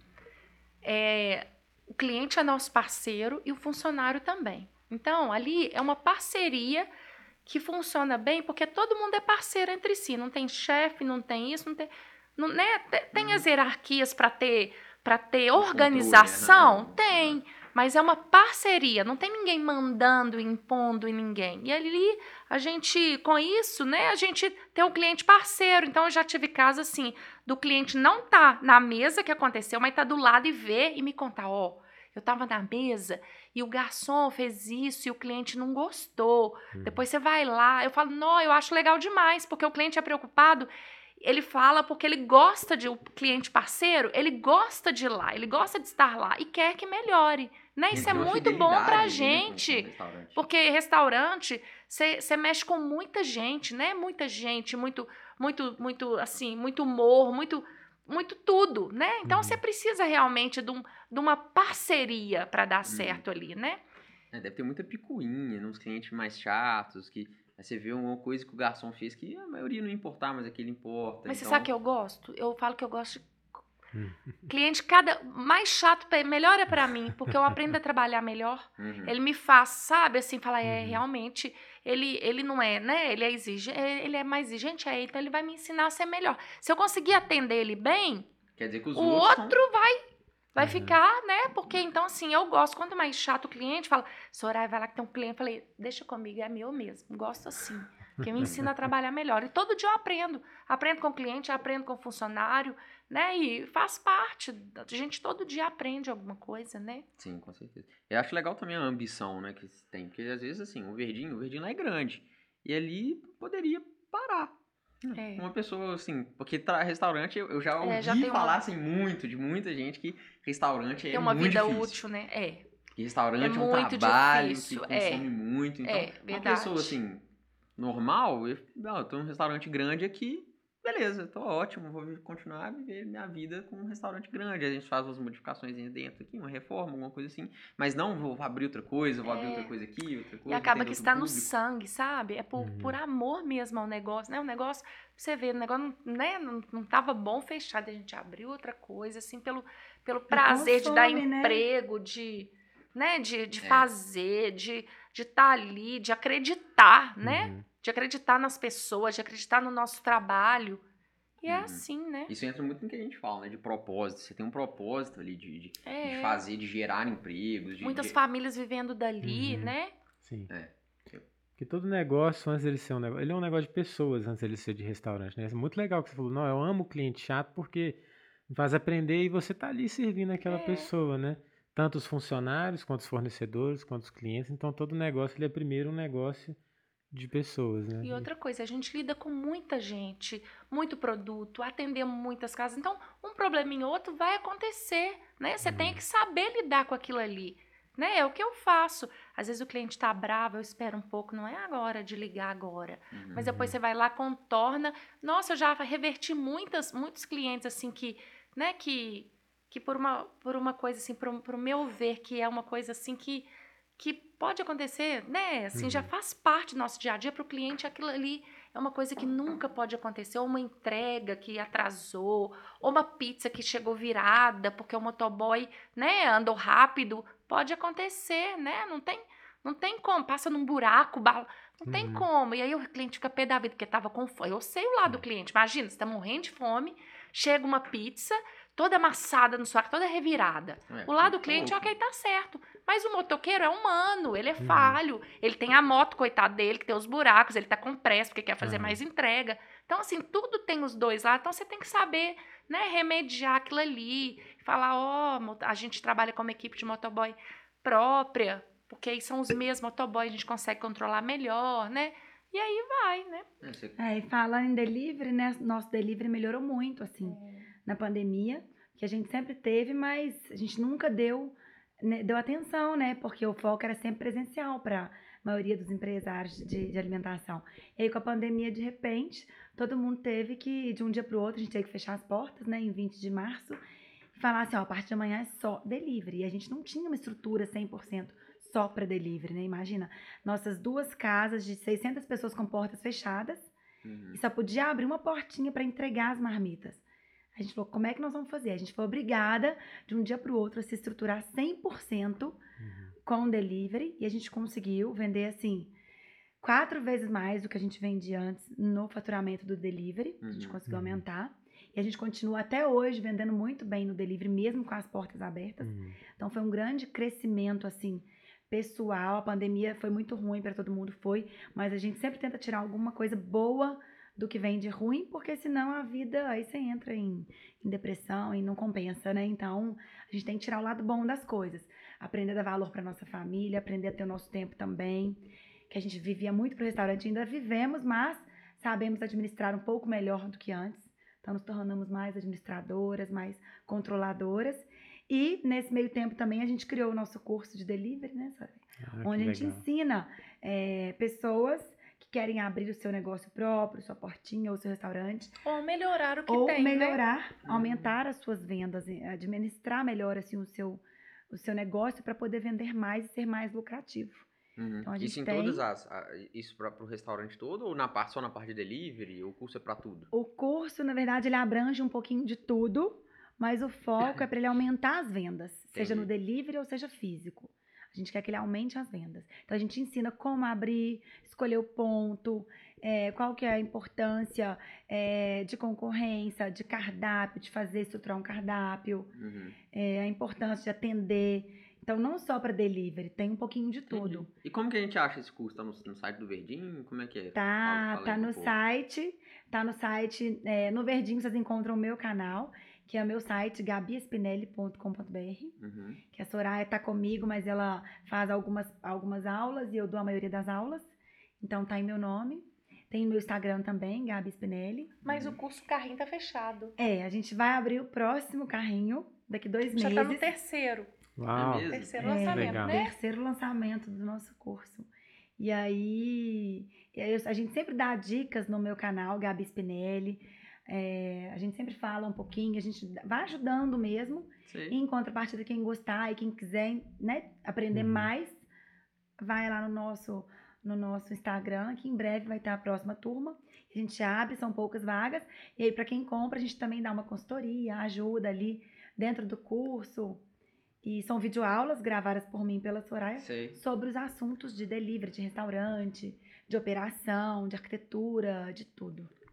É, o cliente é nosso parceiro e o funcionário também. Então, ali é uma parceria que funciona bem, porque todo mundo é parceiro entre si. Não tem chefe, não tem isso, não tem. Não, né? Tem- Tem as hierarquias para ter, para ter Controle, organização? né? Tem. Mas é uma parceria, não tem ninguém mandando, impondo em ninguém. E ali, a gente, com isso, né, a gente tem um cliente parceiro. Então, eu já tive casos assim, do cliente não tá na mesa que aconteceu, mas tá do lado e ver e me contar, ó, eu tava na mesa e o garçom fez isso e o cliente não gostou. Hum. Depois você vai lá, eu falo, não, eu acho legal demais, porque o cliente é preocupado. Ele fala porque ele gosta de, o cliente parceiro, ele gosta de ir lá, ele gosta de estar lá e quer que melhore, né? Isso é Criou muito bom fidelidade pra ali, né, com- gente, com o restaurante. porque restaurante, você mexe com muita gente, né? Muita gente, muito, muito, muito, assim, muito humor, muito, muito tudo, né? Então, você Uhum. precisa realmente de, um, de uma parceria para dar Uhum. certo ali, né? É, deve ter muita picuinha, nos clientes mais chatos, que aí você vê uma coisa que o garçom fez que a maioria não importar, mas aquele importa. Mas você então... sabe que eu gosto? Eu falo que eu gosto de Hum. cliente, cada mais chato, pe- melhor é pra mim, porque eu aprendo a trabalhar melhor. Uhum. Ele me faz, sabe, assim, falar, é, Uhum. realmente, ele, ele não é, né, ele é exigente, ele é mais exigente, é, então ele vai me ensinar a ser melhor. Se eu conseguir atender ele bem, Quer dizer que os o outros outro vai, vai Uhum. ficar, né, porque então, assim, eu gosto, quanto mais chato o cliente, fala, Soraya, vai lá que tem um cliente, eu falei, deixa comigo, é meu mesmo, gosto assim, que me ensina a trabalhar melhor. E todo dia eu aprendo, aprendo com o cliente, aprendo com o funcionário, né, e faz parte, a gente todo dia aprende alguma coisa, né. Sim, com certeza. Eu acho legal também a ambição, né, que tem. Porque às vezes, assim, o verdinho, o verdinho lá é grande. E ali poderia parar. É. Uma pessoa, assim, porque tra- restaurante eu, eu já ouvi É, já tem uma- falar, assim, muito, de muita gente que restaurante é Tem uma muito vida difícil. útil, né, é. Que restaurante É é, um muito trabalho difícil, que é. consome muito. Então, É, uma verdade. pessoa, assim, normal, eu, não, eu tô num restaurante grande aqui, beleza, tô ótimo, vou continuar a viver minha vida com um restaurante grande. A gente faz umas modificações dentro aqui, uma reforma, alguma coisa assim. Mas não vou abrir outra coisa, vou abrir É. outra coisa aqui, outra coisa. E acaba atender que outro está no público. sangue, sabe? É por, Uhum. por amor mesmo ao negócio, né? O negócio, você vê, o negócio não, né? não, não tava bom fechado, a gente abriu outra coisa, assim, pelo, pelo prazer de dar consome, né? emprego, de, né? de, de É. fazer, de de estar ali, de acreditar, né? Uhum. De acreditar nas pessoas, de acreditar no nosso trabalho. E é Uhum. assim, né? Isso entra muito no que a gente fala, né? De propósito. Você tem um propósito ali de, de, É. de fazer, de gerar empregos. De, Muitas de... famílias vivendo dali, Uhum. né? Sim. É. Porque todo negócio, antes dele ser um negócio, ele é um negócio de pessoas antes dele ser de restaurante, né? É muito legal que você falou, não, eu amo o cliente chato porque faz aprender e você tá ali servindo aquela É. pessoa, né? Tanto os funcionários, quanto os fornecedores, quanto os clientes. Então, todo negócio ele é primeiro um negócio de pessoas, né? E outra coisa, a gente lida com muita gente, muito produto, atendemos muitas casas. Então, um probleminha ou outro vai acontecer, né? Você tem que saber lidar com aquilo ali, né? É o que eu faço. Às vezes o cliente tá bravo, eu espero um pouco, não é agora de ligar agora. Uhum. Mas depois você vai lá, contorna. Nossa, eu já reverti muitas, muitos clientes assim que, né, que, que por uma, por uma coisa assim, pro, pro meu ver, que é uma coisa assim que que pode acontecer, né? Assim, já faz parte do nosso dia a dia. Para o cliente, aquilo ali é uma coisa que nunca pode acontecer. Ou uma entrega que atrasou, ou uma pizza que chegou virada porque o motoboy, né, andou rápido. Pode acontecer, né? Não tem, não tem como. Passa num buraco, bala, não tem Uhum. como. E aí o cliente fica pé da vida porque estava com fome. Eu sei o lado do cliente. Imagina, você está morrendo de fome, chega uma pizza toda amassada no suor, toda revirada. É, O lado do tá cliente, louco. ok, tá certo. Mas o motoqueiro é humano, ele é Uhum. falho. Ele tem a moto, coitado dele, que tem os buracos, ele tá com pressa porque quer fazer Uhum. mais entrega. Então, assim, tudo tem os dois lá. Então, você tem que saber, né, remediar aquilo ali. Falar, ó, mo- a gente trabalha como equipe de motoboy própria, porque aí são os mesmos motoboys, a gente consegue controlar melhor, né? E aí vai, né? É, você- É, e falando em delivery, né? Nosso delivery melhorou muito, assim, na pandemia, que a gente sempre teve, mas a gente nunca deu, né, deu atenção, né? Porque o foco era sempre presencial para a maioria dos empresários de, de alimentação. E aí, com a pandemia, de repente, todo mundo teve que, de um dia para o outro, a gente teve que fechar as portas, né? Em vinte de março, e falar assim, ó, a partir de amanhã é só delivery. E a gente não tinha uma estrutura cem por cento só para delivery, né? Imagina, nossas duas casas de seiscentas pessoas com portas fechadas, Uhum. e só podia abrir uma portinha para entregar as marmitas. A gente falou, como é que nós vamos fazer? A gente foi obrigada, de um dia para o outro, a se estruturar cem por cento com delivery. E a gente conseguiu vender, assim, quatro vezes mais do que a gente vendia antes no faturamento do delivery. A gente Uhum. conseguiu Uhum. aumentar. E a gente continua até hoje vendendo muito bem no delivery, mesmo com as portas abertas. Uhum. Então, foi um grande crescimento, assim, pessoal. A pandemia foi muito ruim para todo mundo, foi. Mas a gente sempre tenta tirar alguma coisa boa do que vem de ruim, porque senão a vida, aí você entra em, em depressão e não compensa, né? Então, a gente tem que tirar o lado bom das coisas. Aprender a dar valor para nossa família, aprender a ter o nosso tempo também. Que a gente vivia muito pro restaurante, ainda vivemos, mas sabemos administrar um pouco melhor do que antes. Então, nos tornamos mais administradoras, mais controladoras. E, nesse meio tempo também, a gente criou o nosso curso de delivery, né, Soraya? Ah, Onde que a gente legal. ensina é, pessoas que querem abrir o seu negócio próprio, sua portinha ou seu restaurante, Ou melhorar o que ou tem, né? melhorar, aumentar as suas vendas, e administrar melhor assim, o, seu, o seu negócio para poder vender mais e ser mais lucrativo. Uhum. Então, a gente Isso em tem- todas as. a- Isso para o restaurante todo ou na parte, só na parte de delivery? O curso é para tudo? O curso, na verdade, ele abrange um pouquinho de tudo, mas o foco é para ele aumentar as vendas, seja no Entendi. delivery ou seja físico. A gente quer que ele aumente as vendas. Então, a gente ensina como abrir, escolher o ponto, é, qual que é a importância é, de concorrência, de cardápio, de fazer, estruturar um cardápio, Uhum. é, a importância de atender. Então, não só para delivery, tem um pouquinho de tudo. Entendi. E como que a gente acha esse curso? Tá no, no site do Verdinho? Como é que é? Tá, Fala- fala tá aí um no pouco. site, tá no site, é, no Verdinho vocês encontram o meu canal, que é o meu site, gabi spinelli ponto com ponto b r, Uhum. que a Soraya tá comigo, mas ela faz algumas, algumas aulas e eu dou a maioria das aulas, então tá em meu nome. Tem meu Instagram também, Gabi Spinelli. Mas o curso carrinho tá fechado. É, a gente vai abrir o próximo carrinho daqui dois Já meses. tá no terceiro. Uau. mesmo? Terceiro É, lançamento, legal. né? terceiro lançamento do nosso curso. E aí, e aí eu- a gente sempre dá dicas no meu canal, Gabi Spinelli. É, a gente sempre fala um pouquinho, a gente vai ajudando mesmo. Sei. E em contrapartida, quem gostar e quem quiser, né, aprender Uhum. mais, vai lá no nosso, no nosso Instagram, que em breve vai ter a próxima turma. A gente abre, são poucas vagas. E aí, para quem compra, a gente também dá uma consultoria, ajuda ali dentro do curso. E são videoaulas gravadas por mim e pela Soraya Sei. sobre os assuntos de delivery, de restaurante, de operação, de arquitetura, de tudo.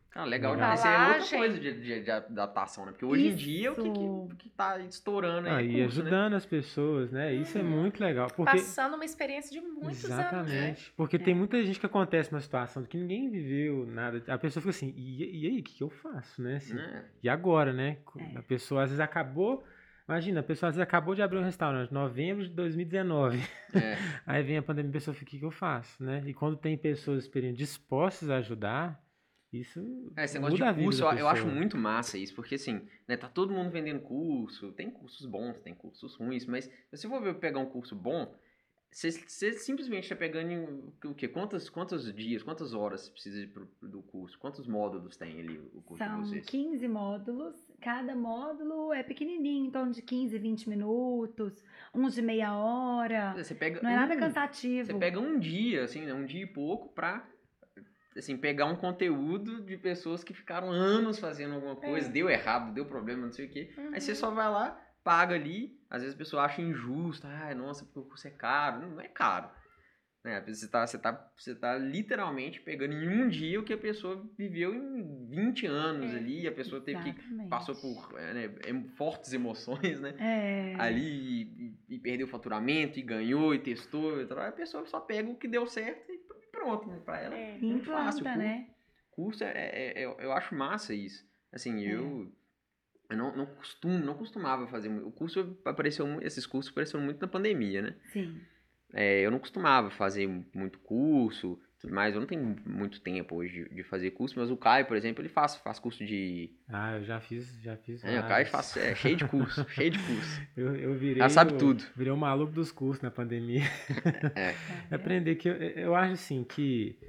Ah, legal Legal. demais. Isso aí é outra Embalagem. coisa de, de, de adaptação, né? Porque hoje em dia o que, Isso. que, que tá estourando Ah, é e curso, né? ajudando as pessoas, né? Isso é muito legal. Porque, Passando uma experiência de muitos anos, né? exatamente. Porque tem muita gente que acontece uma situação que ninguém viveu nada. A pessoa fica assim, e, e aí, o que, que eu faço, né? Assim, É. E agora, né? É. A pessoa às vezes acabou. Imagina, a pessoa às vezes acabou de abrir um restaurante, novembro de dois mil e dezenove. É. Aí vem a pandemia, a pessoa fica, o que, que eu faço, né? E quando tem pessoas experientes dispostas a ajudar, isso É, esse negócio muda de a vida curso, da eu, eu acho pessoa. muito massa isso, porque assim, né, tá todo mundo vendendo curso, tem cursos bons, tem cursos ruins, mas se você for ver- pegar um curso bom, você, você simplesmente tá pegando em, o quê? Quantos, quantos dias, quantas horas você precisa de, pro- do curso? Quantos módulos tem ali o curso de São vocês? quinze módulos, cada módulo é pequenininho, em torno de quinze, vinte minutos, uns de meia hora. Você pega Não é nada um- cansativo. Você pega um dia, assim, né, um dia e pouco pra assim, pegar um conteúdo de pessoas que ficaram anos fazendo alguma coisa, É. deu errado, deu problema, não sei o quê. Aí você Uhum. só vai lá, paga ali, às vezes a pessoa acha injusto, ai, nossa, porque o curso é caro. Não é caro. Né? Você, tá, você, tá, você tá literalmente pegando em um dia o que a pessoa viveu em vinte anos É. ali, e a pessoa teve que Exatamente. passou por é, né, em- fortes emoções, né? É. Ali e, e- e perdeu o faturamento, e ganhou, e testou, e tal. Aí a pessoa só pega o que deu certo e pronto, né? Pra ela É. é muito fácil. Implanta, O né? curso é, é- é- eu, eu acho massa isso. Assim, É. eu, eu não, não costumo, não costumava fazer muito. O curso apareceu, mu- esses cursos apareceram muito na pandemia, né? Sim. É, eu não costumava fazer muito curso, tudo mais. Eu não tenho muito tempo hoje de, de fazer curso, mas o Caio, por exemplo, ele faz, faz curso de. Ah, eu já fiz, já fiz É, o Caio vários. faz, é cheio de curso, cheio de curso. Eu, eu virei Ela sabe o, tudo. virei o maluco dos cursos na pandemia. É. É. Aprender que eu, eu acho assim que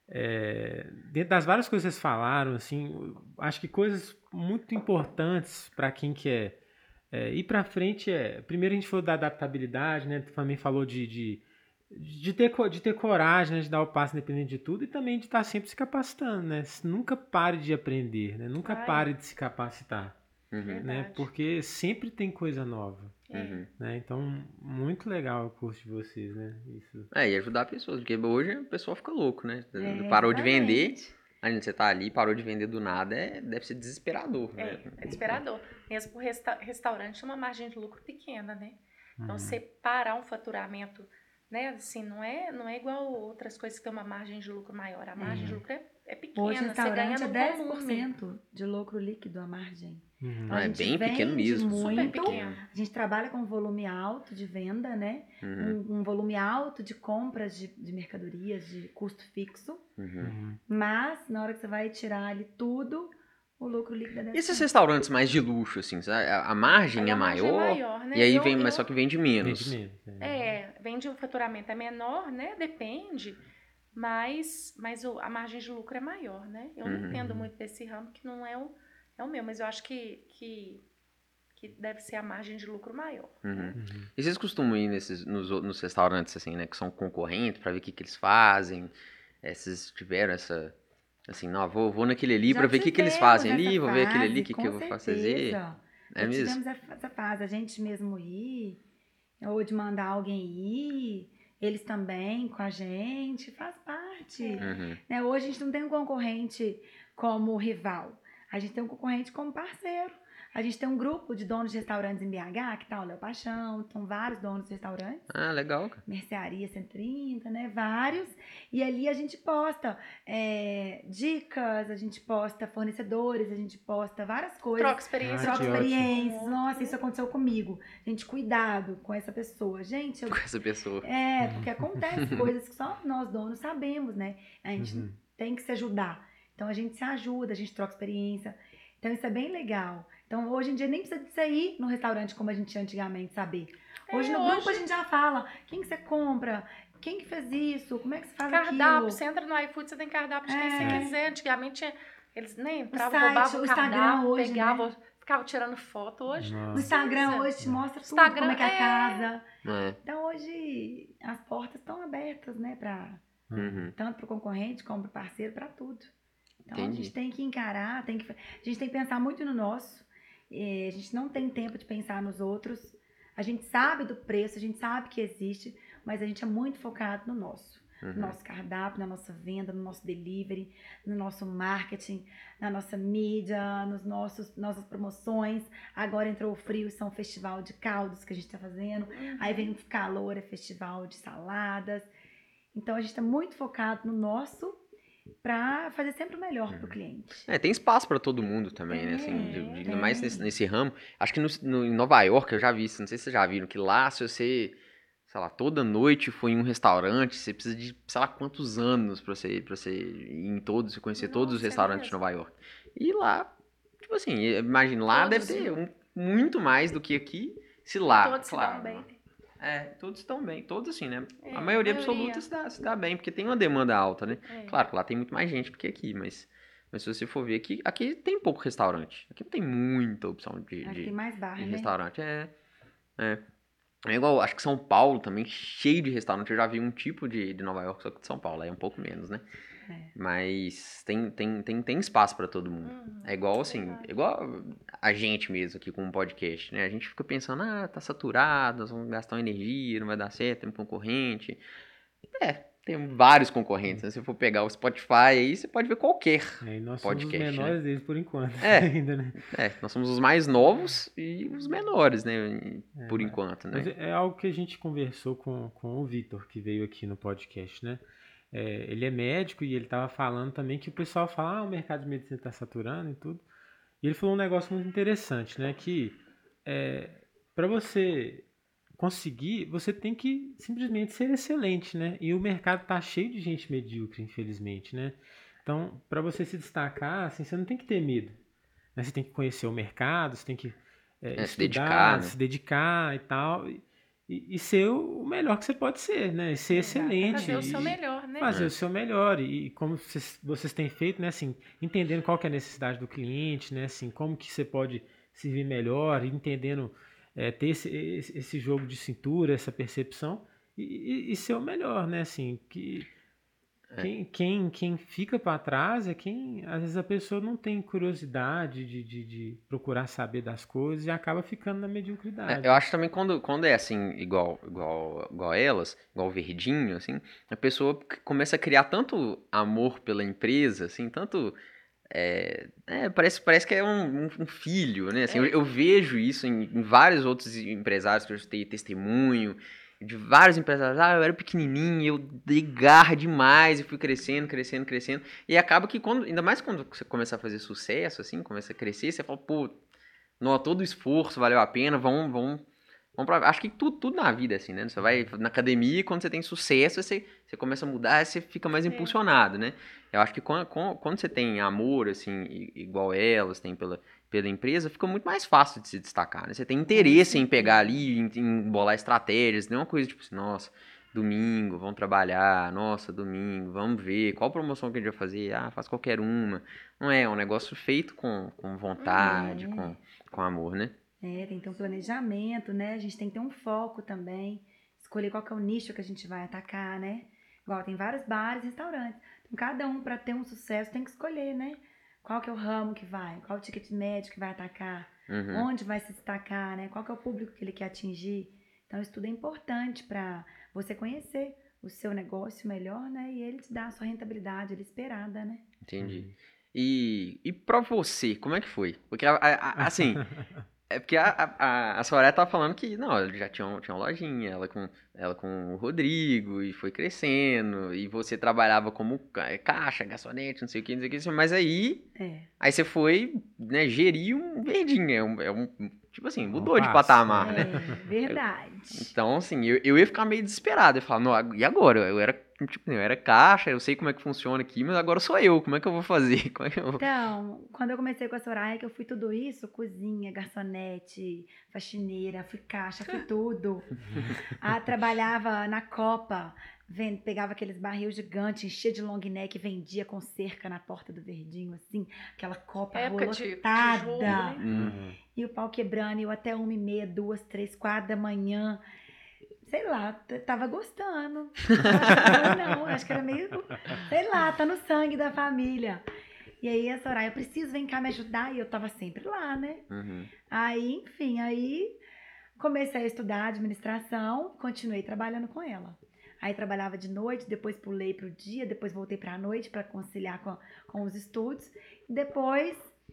é, dentro das várias coisas que vocês falaram, assim, eu acho que coisas muito importantes para quem quer é, ir para frente é, primeiro a gente falou da adaptabilidade, né? Também falou de, de, de, ter, co- de ter coragem, né? De dar o passo independente de tudo e também de estar sempre se capacitando, né? Nunca pare de aprender, né? Nunca Ai. pare de se capacitar, Uhum, né? Verdade. Porque sempre tem coisa nova. É. uhum. Né? Então, muito legal o curso de vocês, né? Isso. É, e ajudar pessoas, porque hoje o pessoal fica louco, né? É, Parou de vender, exatamente. aí você tá ali, parou de vender do nada, é, deve ser desesperador, É, né? é desesperador. Mesmo o resta restaurante tem uma margem de lucro pequena, né? Então, Uhum. você parar um faturamento, né? Assim, não é, não é igual outras coisas que tem uma margem de lucro maior. A margem de lucro é, é pequena. Hoje, Você ganha restaurante é no dez por volume. cento de lucro líquido a margem. Uhum. Então, Ah, a é gente bem pequeno vende mesmo. Super muito. pequeno. A gente trabalha com volume alto de venda, né? Uhum, Um, um volume alto de compras de, de mercadorias, de custo fixo. uhum. Uhum. Mas, na hora que você vai tirar ali tudo, o lucro líquido é dez E por esses cento. restaurantes mais de luxo, assim, sabe? a, a margem Aí é a margem maior, é maior, né? e aí Eu- vem, mas eu- só que vende menos. Vende menos. É. É, vende um faturamento é menor, né? Depende. Mas, mas o- a margem de lucro é maior, né? Eu Uhum. não entendo muito desse ramo, que não é o, é o meu, mas eu acho que, que, que deve ser a margem de lucro maior. Uhum. Uhum. E vocês costumam ir nesses, nos, o- nos restaurantes, assim, né, que são concorrentes, pra ver o que, que eles fazem? É, vocês tiveram essa, assim, não, vou, vou naquele ali Já pra ver o que, que eles tivemos fazem ali, essa vou ver aquele ali, fase, o que, com que eu vou fazer. certeza. É Já mesmo? tivemos essa essa fase, a gente mesmo ir, ou de mandar alguém ir, eles também com a gente, faz parte. Uhum. Né? Hoje a gente não tem um concorrente como rival, a gente tem um concorrente como parceiro. A gente tem um grupo de donos de restaurantes em B H, que tá o Léo Paixão, estão vários donos de restaurantes. Ah, legal, cara. Mercearia cento e trinta, né? Vários. E ali a gente posta é, dicas, a gente posta fornecedores, a gente posta várias coisas. Troca experiência. Ah, Troca que com- experiências. com outro, Nossa, né? isso aconteceu comigo. Gente, cuidado com essa pessoa. Gente, eu- Com essa pessoa. é, porque acontece coisas que só nós donos sabemos, né? A gente Uhum. tem que se ajudar. Então a gente se ajuda, a gente troca experiência. Então isso é bem legal. Então hoje em dia nem precisa de você ir no restaurante como a gente tinha antigamente saber. Hoje É, no grupo hoje- a gente já fala quem que você compra, quem que fez isso, como é que você faz Cardápio, aquilo. você entra no iFood, você tem cardápio de quem É. você quiser. Antigamente eles nem entravam, site, roubavam o o Instagram cardápio, hoje, pegavam, ficavam tirando foto. Hoje, Nossa. No Instagram precisa. hoje te mostra tudo, Instagram, como é que é a é. casa. É. Então hoje as portas estão abertas, né, pra, Uhum. tanto para o concorrente como para o parceiro, para tudo. Então a Entendi. gente tem que encarar, tem que, a gente tem que pensar muito no nosso. eh, a gente não tem tempo de pensar nos outros. A gente sabe do preço, a gente sabe que existe, mas a gente é muito focado no nosso. no nosso cardápio, na nossa venda, no nosso delivery, no nosso marketing, na nossa mídia, nos nossos nossas promoções. Agora entrou o frio, são festival de caldos que a gente está fazendo. Uhum. Aí vem o calor, é festival de saladas. Então a gente está muito focado no nosso para fazer sempre o melhor para o cliente. É, tem espaço para todo mundo também, né? Assim, É, de- de- ainda tem. mais nesse, nesse ramo. Acho que no, no- em Nova York eu já vi isso, não sei se vocês já viram, que lá se você, sei lá, toda noite for em um restaurante, você precisa de, sei lá, quantos anos pra você, pra você ir em todos, você conhecer todos os Nossa, é restaurantes de mesmo? Nova York. E lá, tipo assim, imagina, lá Todos, deve ter viu? um- muito mais do que aqui, se lá, Todos se claro. dão bem. É, todos estão bem, todos assim, né? É, a maioria a maioria. absoluta se dá, se dá bem, porque tem uma demanda alta, né? É. Claro que lá tem muito mais gente do que aqui, mas, mas se você for ver aqui, aqui tem pouco restaurante. Aqui não tem muita opção de, Aqui de, tem mais bar, de né? restaurante. É, é. É igual, acho que São Paulo também, cheio de restaurante. Eu já vi um tipo de, de Nova York, só que de São Paulo, aí é um pouco menos, né? É. Mas tem, tem, tem, tem espaço pra todo mundo. Uhum, É igual assim, verdade. igual a gente mesmo aqui com um podcast, né? A gente fica pensando, ah, tá saturado, nós vamos gastar uma energia, não vai dar certo, tem um concorrente. É, tem vários concorrentes, né? Se você for pegar o Spotify aí, você pode ver qualquer. É, e nós Podcast, somos os menores deles por enquanto. É. Ainda, né? É, nós somos os mais novos e os menores, né? Por mas- enquanto, né? Mas é algo que a gente conversou com, com o Vitor, que veio aqui no podcast, né? É, ele é médico e ele estava falando também que o pessoal fala, ah, o mercado de medicina está saturando e tudo. E ele falou um negócio muito interessante, né? Que é, para você conseguir, você tem que simplesmente ser excelente, né? E o mercado tá cheio de gente medíocre, infelizmente, né? Então, para você se destacar, assim, você não tem que ter medo, né? Você tem que conhecer o mercado, você tem que é, É, se estudar, dedicar, né? se dedicar e tal, e, e- e ser o melhor que você pode ser, né? E ser excelente. Fazer o seu e- melhor, né? Fazer É. o seu melhor e, e como vocês, vocês têm feito, né? Assim, entendendo qual que é a necessidade do cliente, né? Assim, como que você pode servir melhor, entendendo, é, ter esse, esse, esse jogo de cintura, essa percepção e, e- e ser o melhor, né? Assim, que É. quem, quem, quem fica para trás é quem, às vezes a pessoa não tem curiosidade de, de, de procurar saber das coisas e acaba ficando na É, mediocridade. eu acho também quando, quando é assim, igual, igual, igual elas, igual o Verdinho, assim, a pessoa c- começa a criar tanto amor pela empresa, assim, tanto. É, é, parece, parece que é um, um- um filho, né? Assim, eu, eu vejo isso em, em vários outros empresários que eu tenho testemunho, de vários empresários. Ah, eu era pequenininho, eu dei garra demais e fui crescendo, crescendo, crescendo. E acaba que, quando, ainda mais quando você começa a fazer sucesso, assim, começa a crescer, você fala, pô, não, todo o esforço valeu a pena, vamos, vamos, vamos pra... Acho que tudo, tudo na vida, assim, né? Você vai na academia e quando você tem sucesso, você, você começa a mudar, você fica mais É. impulsionado, né? Eu acho que quando, quando, quando você tem amor, assim, i- igual elas, tem pela, pela empresa, fica muito mais fácil de se destacar, né? Você tem interesse em pegar ali, em, em bolar estratégias, não é uma coisa tipo assim, nossa, domingo, vamos trabalhar, nossa, domingo, vamos ver, qual promoção que a gente vai fazer? Ah, faz qualquer uma. Não é, é um negócio feito com, com vontade, É. com, com amor, né? É, tem que ter um planejamento, né? A gente tem que ter um foco também. Escolher qual que é o nicho que a gente vai atacar, né? Igual tem vários bares, restaurantes. Então, cada um, para ter um sucesso, tem que escolher, né? Qual que é o ramo que vai, qual o ticket médio que vai atacar, Uhum. onde vai se destacar, né? Qual que é o público que ele quer atingir. Então, isso tudo é importante para você conhecer o seu negócio melhor, né? E ele te dar a sua rentabilidade ele esperada, né? Entendi. E, e pra você, como é que foi? Porque, a- a- a- assim, é porque a, a, a Soraya tava falando que, não, ela já tinha, um- tinha uma lojinha, ela com, ela com o Rodrigo, e foi crescendo, e você trabalhava como ca- caixa, garçonete, não sei o que, não sei o que, mas aí, É. aí você foi, né, gerir um verdinho, é um, é um- tipo assim, Um mudou de passo, patamar, é. né? É, verdade. Então, assim, eu, eu ia ficar meio desesperado. Eu falava, não, ag- e agora? Eu era, tipo, eu era caixa, eu sei como é que funciona aqui, mas agora sou eu, como é que eu vou fazer? Como é que eu vou... Então, quando eu comecei com a Soraya, que eu fui tudo isso, cozinha, garçonete, faxineira, fui caixa, fui tudo. Ah, trabalhava na Copa, ven- pegava aqueles barril gigantes, enchia de long neck, vendia com cerca na porta do Verdinho, assim, aquela Copa Época de- de lotada. jogo, né? Hum. E o pau quebrando, e eu até uma e meia, duas, três, quatro da manhã. Sei lá, t- tava gostando. Acho que não, não, acho que era meio, sei lá, tá no sangue da família. E aí a Soraya, eu preciso, vem cá me ajudar. E eu tava sempre lá, né? Uhum. Aí, enfim, aí comecei a estudar administração, continuei trabalhando com ela. Aí trabalhava de noite, depois pulei pro dia, depois voltei pra noite para conciliar com, com os estudos. Depois,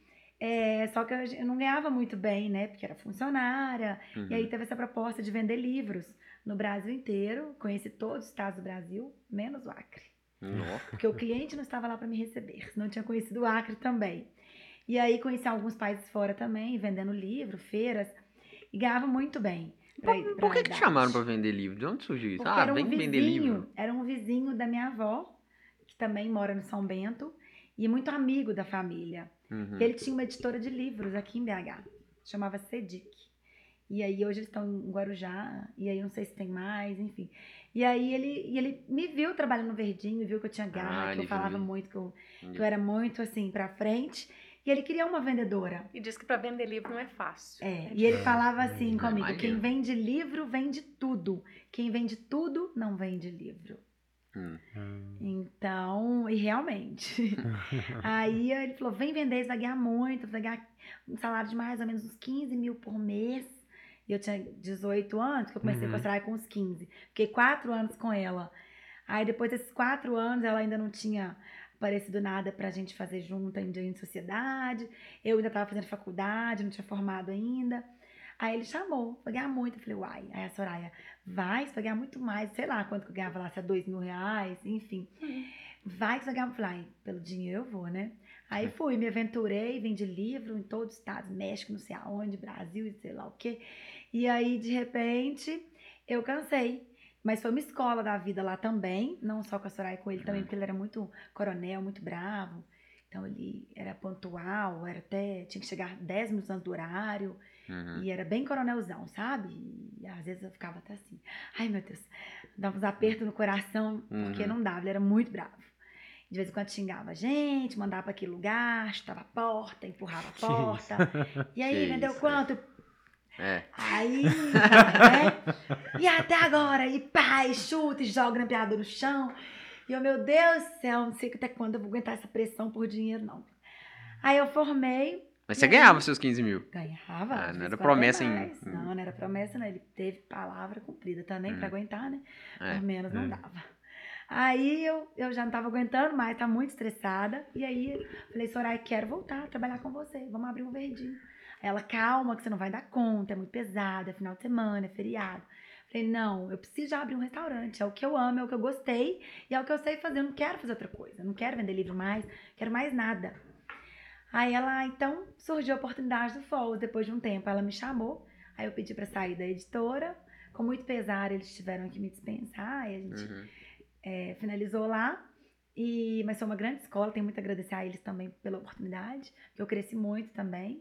é, só que eu, eu não ganhava muito bem, né? Porque era funcionária. Uhum. E aí teve essa proposta de vender livros no Brasil inteiro. Conheci todos os estados do Brasil, menos o Acre. Nossa. Porque o cliente não estava lá para me receber, senão eu tinha conhecido o Acre também. E aí conheci alguns países fora também, vendendo livro, feiras, e ganhava muito bem. Pra, Por, pra por que que te idade. chamaram pra vender livro? De onde surgiu isso? Porque Ah, era um vem vender vizinho, livro. era um vizinho da minha avó, que também mora no São Bento, e muito amigo da família. Uhum. E ele tinha uma editora de livros aqui em B H, chamava Sedic. E aí hoje eles estão em Guarujá, e aí não sei se tem mais, enfim. E aí ele, e ele me viu trabalhando no Verdinho, viu que eu tinha garra, Ah, que eu ele falava viu. muito, que eu, Entendi. que eu era muito assim pra frente. E ele queria uma vendedora. E diz que pra vender livro não é fácil. É, e ele É, falava assim é, comigo, imagino. quem vende livro, vende tudo. Quem vende tudo, não vende livro. Hum. Hum. Então, e realmente. Aí ele falou, vem vender, você vai ganhar muito, você vai ganhar um salário de mais ou menos uns quinze mil por mês. E eu tinha dezoito anos, que eu comecei Uhum. com a Soraya com uns quinze. Fiquei quatro anos com ela. Aí depois desses quatro anos, ela ainda não tinha aparecido nada pra gente fazer junto ainda em sociedade. Eu ainda tava fazendo faculdade, não tinha formado ainda. Aí ele chamou, vai ganhar muito. Eu falei, uai. Aí a Soraya, vai, você vai ganhar muito mais. Sei lá quanto que eu ganhava lá, se é dois mil reais, enfim. Vai que você vai ganhar. Eu falei, ai, pelo dinheiro eu vou, né? Aí fui, me aventurei, vendi livro em todos os estados, México, não sei aonde, Brasil, sei lá o quê. E aí, de repente, eu cansei. Mas foi uma escola da vida lá também, não só com a Soraya, com ele também, porque ele era muito coronel, muito bravo. Então ele era pontual, era até, tinha que chegar dez minutos antes do horário. Uhum. E era bem coronelzão, sabe? E às vezes eu ficava até assim, ai meu Deus, dava uns apertos no coração, porque Uhum. não dava, ele era muito bravo. De vez em quando xingava a gente, mandava pra aquele lugar, chutava a porta, empurrava a Que porta. E aí, Que vendeu isso, quanto? É. Aí, né? E até agora, e pá, e chuta, e joga na empilhadora no chão. E eu, meu Deus do céu, não sei até quando eu vou aguentar essa pressão por dinheiro, não. Aí eu formei. Mas e você aí ganhava seus quinze mil. Ganhava. Ah, de não vez era em quando promessa até em- mais. Não, não era promessa, não. Ele teve palavra cumprida também, Hum. pra aguentar, né? É. Por menos não É. dava. Aí eu, eu já não tava aguentando mais, tá muito estressada. E aí falei, Soraya, quero voltar a trabalhar com você. Vamos abrir um verdinho. Aí ela, calma, que você não vai dar conta, é muito pesado, é final de semana, é feriado. Falei, não, eu preciso já abrir um restaurante. É o que eu amo, é o que eu gostei e é o que eu sei fazer. Eu não quero fazer outra coisa, eu não quero vender livro mais, quero mais nada. Aí ela, então, surgiu a oportunidade do Falls. Depois de um tempo, ela me chamou. Aí eu pedi pra sair da editora. Com muito pesar, eles tiveram que me dispensar. E a gente Uhum. é, finalizou lá. E, mas foi uma grande escola. Tenho muito a agradecer a eles também pela oportunidade. Porque eu cresci muito também.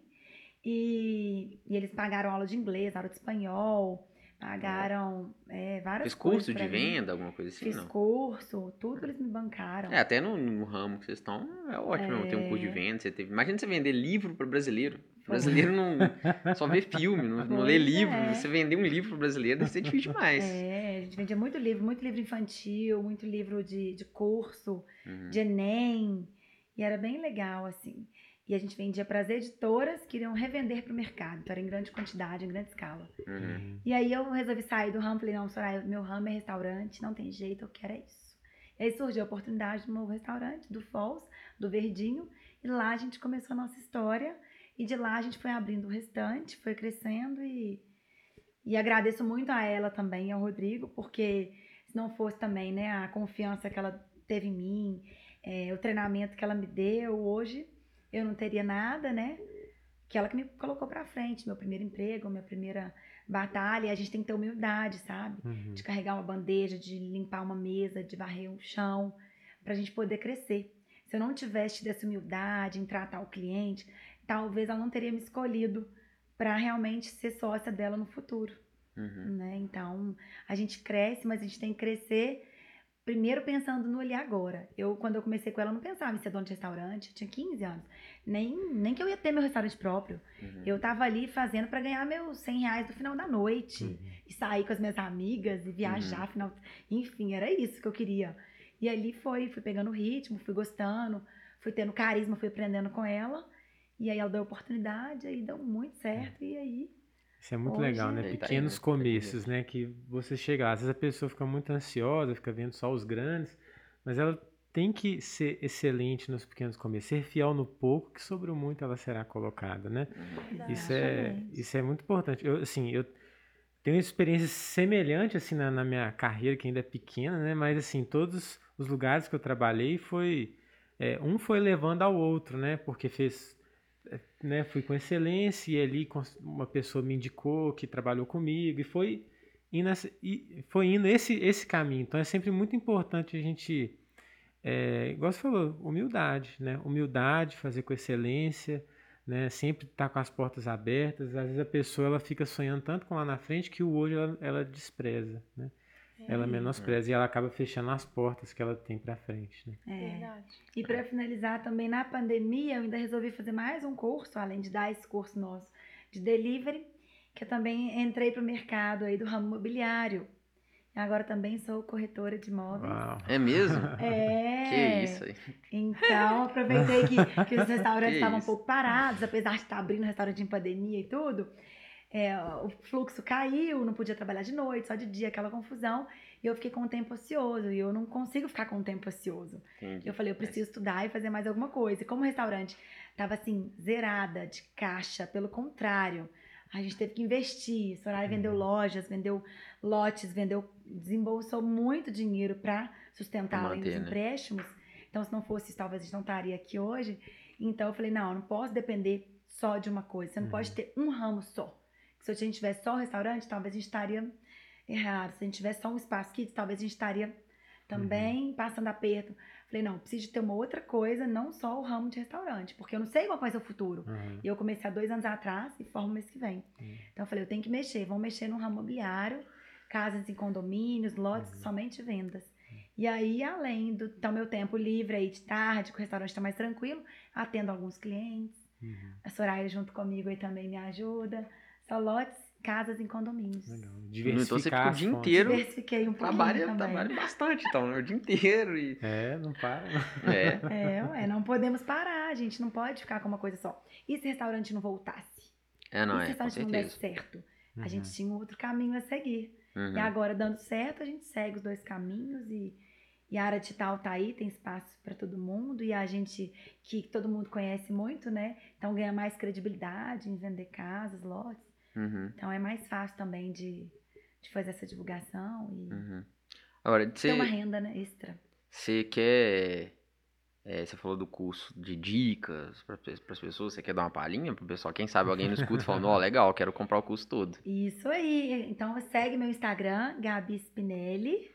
E, e eles pagaram aula de inglês, aula de espanhol. Pagaram é, várias Fez coisas curso de pra mim. venda, alguma coisa assim, Fiz não? curso, tudo eles me bancaram. É, até no, no ramo que vocês estão, é ótimo ter um curso de venda. Você teve... Imagina você vender livro para brasileiro. O brasileiro não só vê filme, não, não lê Pois livro. é. Você vender um livro pro brasileiro deve ser difícil demais. É, a gente vendia muito livro, muito livro infantil, muito livro de, de curso, Uhum. de Enem. E era bem legal, assim. E a gente vendia para as editoras que iriam revender para o mercado. Então era em grande quantidade, em grande escala. Uhum. E aí eu resolvi sair do ramo, falei, não, Soraya, meu ramo é restaurante, não tem jeito, eu quero é isso. E aí surgiu a oportunidade do meu restaurante, do Falls, do Verdinho, e lá a gente começou a nossa história, e de lá a gente foi abrindo o restante, foi crescendo, e, e agradeço muito a ela também, ao Rodrigo, porque se não fosse também, né, a confiança que ela teve em mim, é, o treinamento que ela me deu, hoje eu não teria nada, né, que ela que me colocou pra frente, meu primeiro emprego, minha primeira batalha, e a gente tem que ter humildade, sabe? Uhum. De carregar uma bandeja, de limpar uma mesa, de varrer um chão, pra gente poder crescer. Se eu não tivesse tido essa humildade em tratar o cliente, talvez ela não teria me escolhido pra realmente ser sócia dela no futuro, Uhum. né? Então, a gente cresce, mas a gente tem que crescer primeiro pensando no ali e agora. Eu, quando eu comecei com ela, eu não pensava em ser dona de restaurante, eu tinha quinze anos. Nem, nem que eu ia ter meu restaurante próprio. Uhum. Eu tava ali fazendo pra ganhar meus cem reais no final da noite. Uhum. E sair com as minhas amigas e viajar, Uhum. final... enfim, era isso que eu queria. E ali foi, fui pegando o ritmo, fui gostando, fui tendo carisma, fui aprendendo com ela. E aí ela deu oportunidade, aí deu muito certo, e aí Isso é muito Hoje- legal, né? Ele tá aí, Pequenos né? começos, né? Que você chega lá. Às vezes a pessoa fica muito ansiosa, fica vendo só os grandes, mas ela tem que ser excelente nos pequenos começos, ser fiel no pouco, que sobre o muito ela será colocada, né? Isso é, Exatamente. isso é muito importante. Eu, assim, eu tenho uma experiência semelhante, assim, na, na minha carreira, que ainda é pequena, né? Mas, assim, todos os lugares que eu trabalhei foi... é, um foi levando ao outro, né? Porque fez... é, né? Fui com excelência e ali cons- uma pessoa me indicou que trabalhou comigo e foi indo, essa- e foi indo esse, esse caminho. Então, é sempre muito importante a gente... É, igual você falou, humildade, né? Humildade, fazer com excelência, né? Sempre estar com as portas abertas. Às vezes a pessoa ela fica sonhando tanto com lá na frente que o hoje ela, ela despreza, né? Ela menospreza e ela acaba fechando as portas que ela tem pra frente, né? É. Verdade. E para finalizar também, na pandemia, eu ainda resolvi fazer mais um curso, além de dar esse curso nosso de delivery, que eu também entrei pro mercado aí do ramo imobiliário. Agora também sou corretora de imóveis. Uau. É mesmo? É. Que isso aí. Então, aproveitei que, que os restaurantes Que estavam um isso. pouco parados, apesar de estar abrindo restaurante em pandemia e tudo. É, o fluxo caiu, não podia trabalhar de noite, só de dia, aquela confusão. E eu fiquei com o tempo ocioso. E eu não consigo ficar com o tempo ocioso. Entendi. Eu falei, eu preciso estudar e fazer mais alguma coisa. E como o restaurante estava assim, zerada de caixa, pelo contrário, a gente teve que investir. Soraya vendeu lojas, vendeu lotes, vendeu, desembolsou muito dinheiro para sustentar Pra além manter, dos né? empréstimos. Então, se não fosse isso, talvez a gente não estaria aqui hoje. Então, eu falei, não, eu não posso depender só de uma coisa. Você não pode ter um ramo só. Se a gente tivesse só o restaurante, talvez a gente estaria errado. Se a gente tivesse só um espaço kids, talvez a gente estaria também passando aperto. Falei, não, preciso de ter uma outra coisa, não só o ramo de restaurante, porque eu não sei qual vai ser o futuro. Uhum. E eu comecei há dois anos atrás e formo mês que vem. Uhum. Então eu falei, eu tenho que mexer, vamos mexer no ramo imobiliário, casas em condomínios, lotes, Uhum. somente vendas. E aí, além do então, meu tempo livre aí de tarde, que o restaurante está mais tranquilo, atendo alguns clientes. Uhum. A Soraya junto comigo aí também me ajuda. Só lotes, casas em condomínios. Legal. Então você fica Diversificar o as dia fontes. inteiro, Diversifiquei um pouquinho trabalha, também. trabalha bastante, então, né? O dia inteiro e... É, não para. não. É. É, ué, não podemos parar, a gente não pode ficar com uma coisa só. E se o restaurante não voltasse? É, não, e se o é, com restaurante não desse certeza. certo? A Uhum. gente tinha um outro caminho a seguir. Uhum. E agora, dando certo, a gente segue os dois caminhos e, e a área digital tá aí, tem espaço para todo mundo. E a gente, que todo mundo conhece muito, né? Então ganha mais credibilidade em vender casas, lotes. Uhum. Então é mais fácil também de, de fazer essa divulgação e Uhum. Agora, ter uma você, renda, né, extra. você quer... é, você falou do curso de dicas para as pessoas, você quer dar uma palhinha pro pessoal? Quem sabe alguém no escuta falando, ó, legal, quero comprar o curso todo. Isso aí. Então segue meu Instagram, Gabi Spinelli.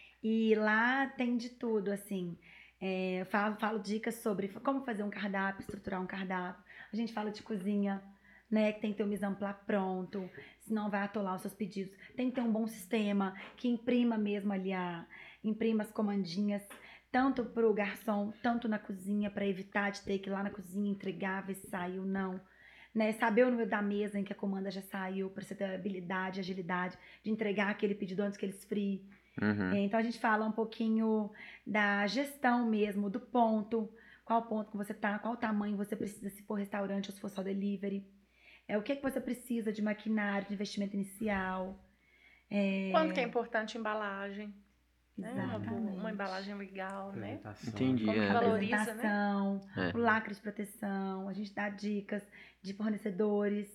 E lá tem de tudo, assim. É, eu falo, falo dicas sobre como fazer um cardápio, estruturar um cardápio. A gente fala de cozinha, né? Que tem que ter o mise en place pronto, senão vai atolar os seus pedidos. Tem que ter um bom sistema que imprima mesmo ali, a, imprima as comandinhas, tanto para o garçom, tanto na cozinha, para evitar de ter que ir lá na cozinha entregar, ver se saiu ou não. Né? Saber o número da mesa em que a comanda já saiu, para você ter habilidade, agilidade de entregar aquele pedido antes que ele esfrie. Uhum. Então a gente fala um pouquinho da gestão mesmo, do ponto, qual ponto que você tá, qual tamanho você precisa se for restaurante ou se for só delivery. É, o que, que você precisa de maquinário, de investimento inicial. É, Quanto que é importante a embalagem? Né? Uma, boa- uma exatamente. embalagem legal, né? Apresentação. Entendi. Como que É. é a Valoriza, apresentação, É. o lacre de proteção, a gente dá dicas de fornecedores,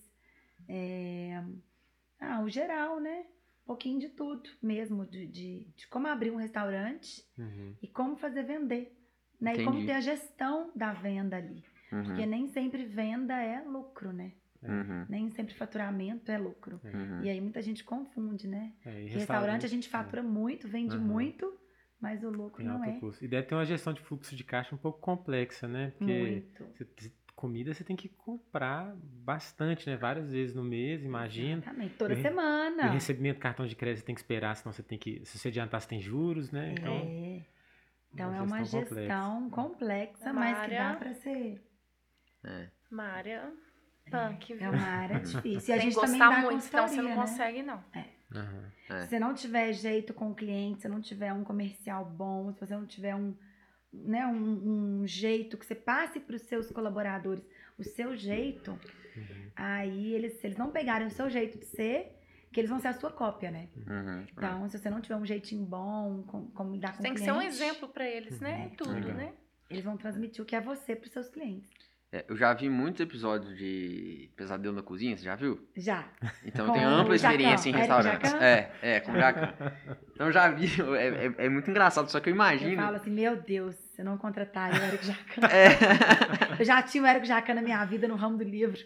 é, ah, o geral, né? Um pouquinho de tudo mesmo, de, de, de como abrir um restaurante Uhum. e como fazer vender, né? E como Entendi. ter a gestão da venda ali. Porque Uhum. nem sempre venda é lucro, né? Uhum. Nem sempre faturamento é lucro. Uhum. E aí muita gente confunde, né? É, e Porque restaurante a gente fatura muito, vende Uhum. muito, mas o lucro tem não alto é custo. E deve ter uma gestão de fluxo de caixa um pouco complexa, né? Porque muito. você- você- comida você tem que comprar bastante, né? Várias vezes no mês, imagino. Exatamente, toda E o semana. recebimento de cartão de crédito você tem que esperar, senão você tem que. Se você adiantar, você tem juros, né? Então, É. Então é uma gestão complexa. gestão complexa, Uma mas que dá área- pra ser. É. Uma área punk, viu? É uma área difícil. E a Tem gente que também gostar dá muito, senão você não consultoria, né? consegue, não. aham. É. Se você não tiver jeito com o cliente, se você não tiver um comercial bom, se você não tiver um, né, um, um jeito que você passe para os seus colaboradores, o seu jeito, Uhum. Aí, eles, se eles não pegarem o seu jeito de ser, que eles vão ser a sua cópia, né? Uhum. Então, se você não tiver um jeitinho bom, com- como lidar com o Tem que cliente, ser um exemplo pra eles, né? Uhum. Em tudo, Legal. né? eles vão transmitir o que é você pros seus clientes. É, eu já vi muitos episódios de Pesadelo na Cozinha, você já viu? Já. Então eu Com tenho ampla o Jacquin, experiência em Eric restaurantes. Jacquin? É, é, com o Jacquin. Então já vi, é, é, é muito engraçado, só que eu Eu imagino. falo assim, meu Deus, se eu não contrataria o Eric Jacquin. É. Eu já tinha o Eric Jacquin na minha vida no ramo do livro.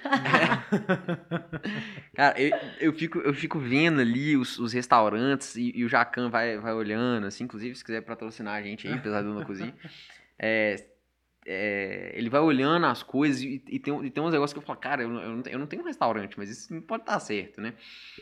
Cara, eu, eu, fico, eu fico vendo ali os, os restaurantes e, e o Jacquin vai, vai olhando, assim, inclusive se quiser patrocinar a gente aí, Pesadelo na Cozinha. É, é, ele vai olhando as coisas e, e, tem, e tem uns negócios que eu falo, cara, eu, eu, não, eu não tenho um restaurante, mas isso não pode estar certo, né?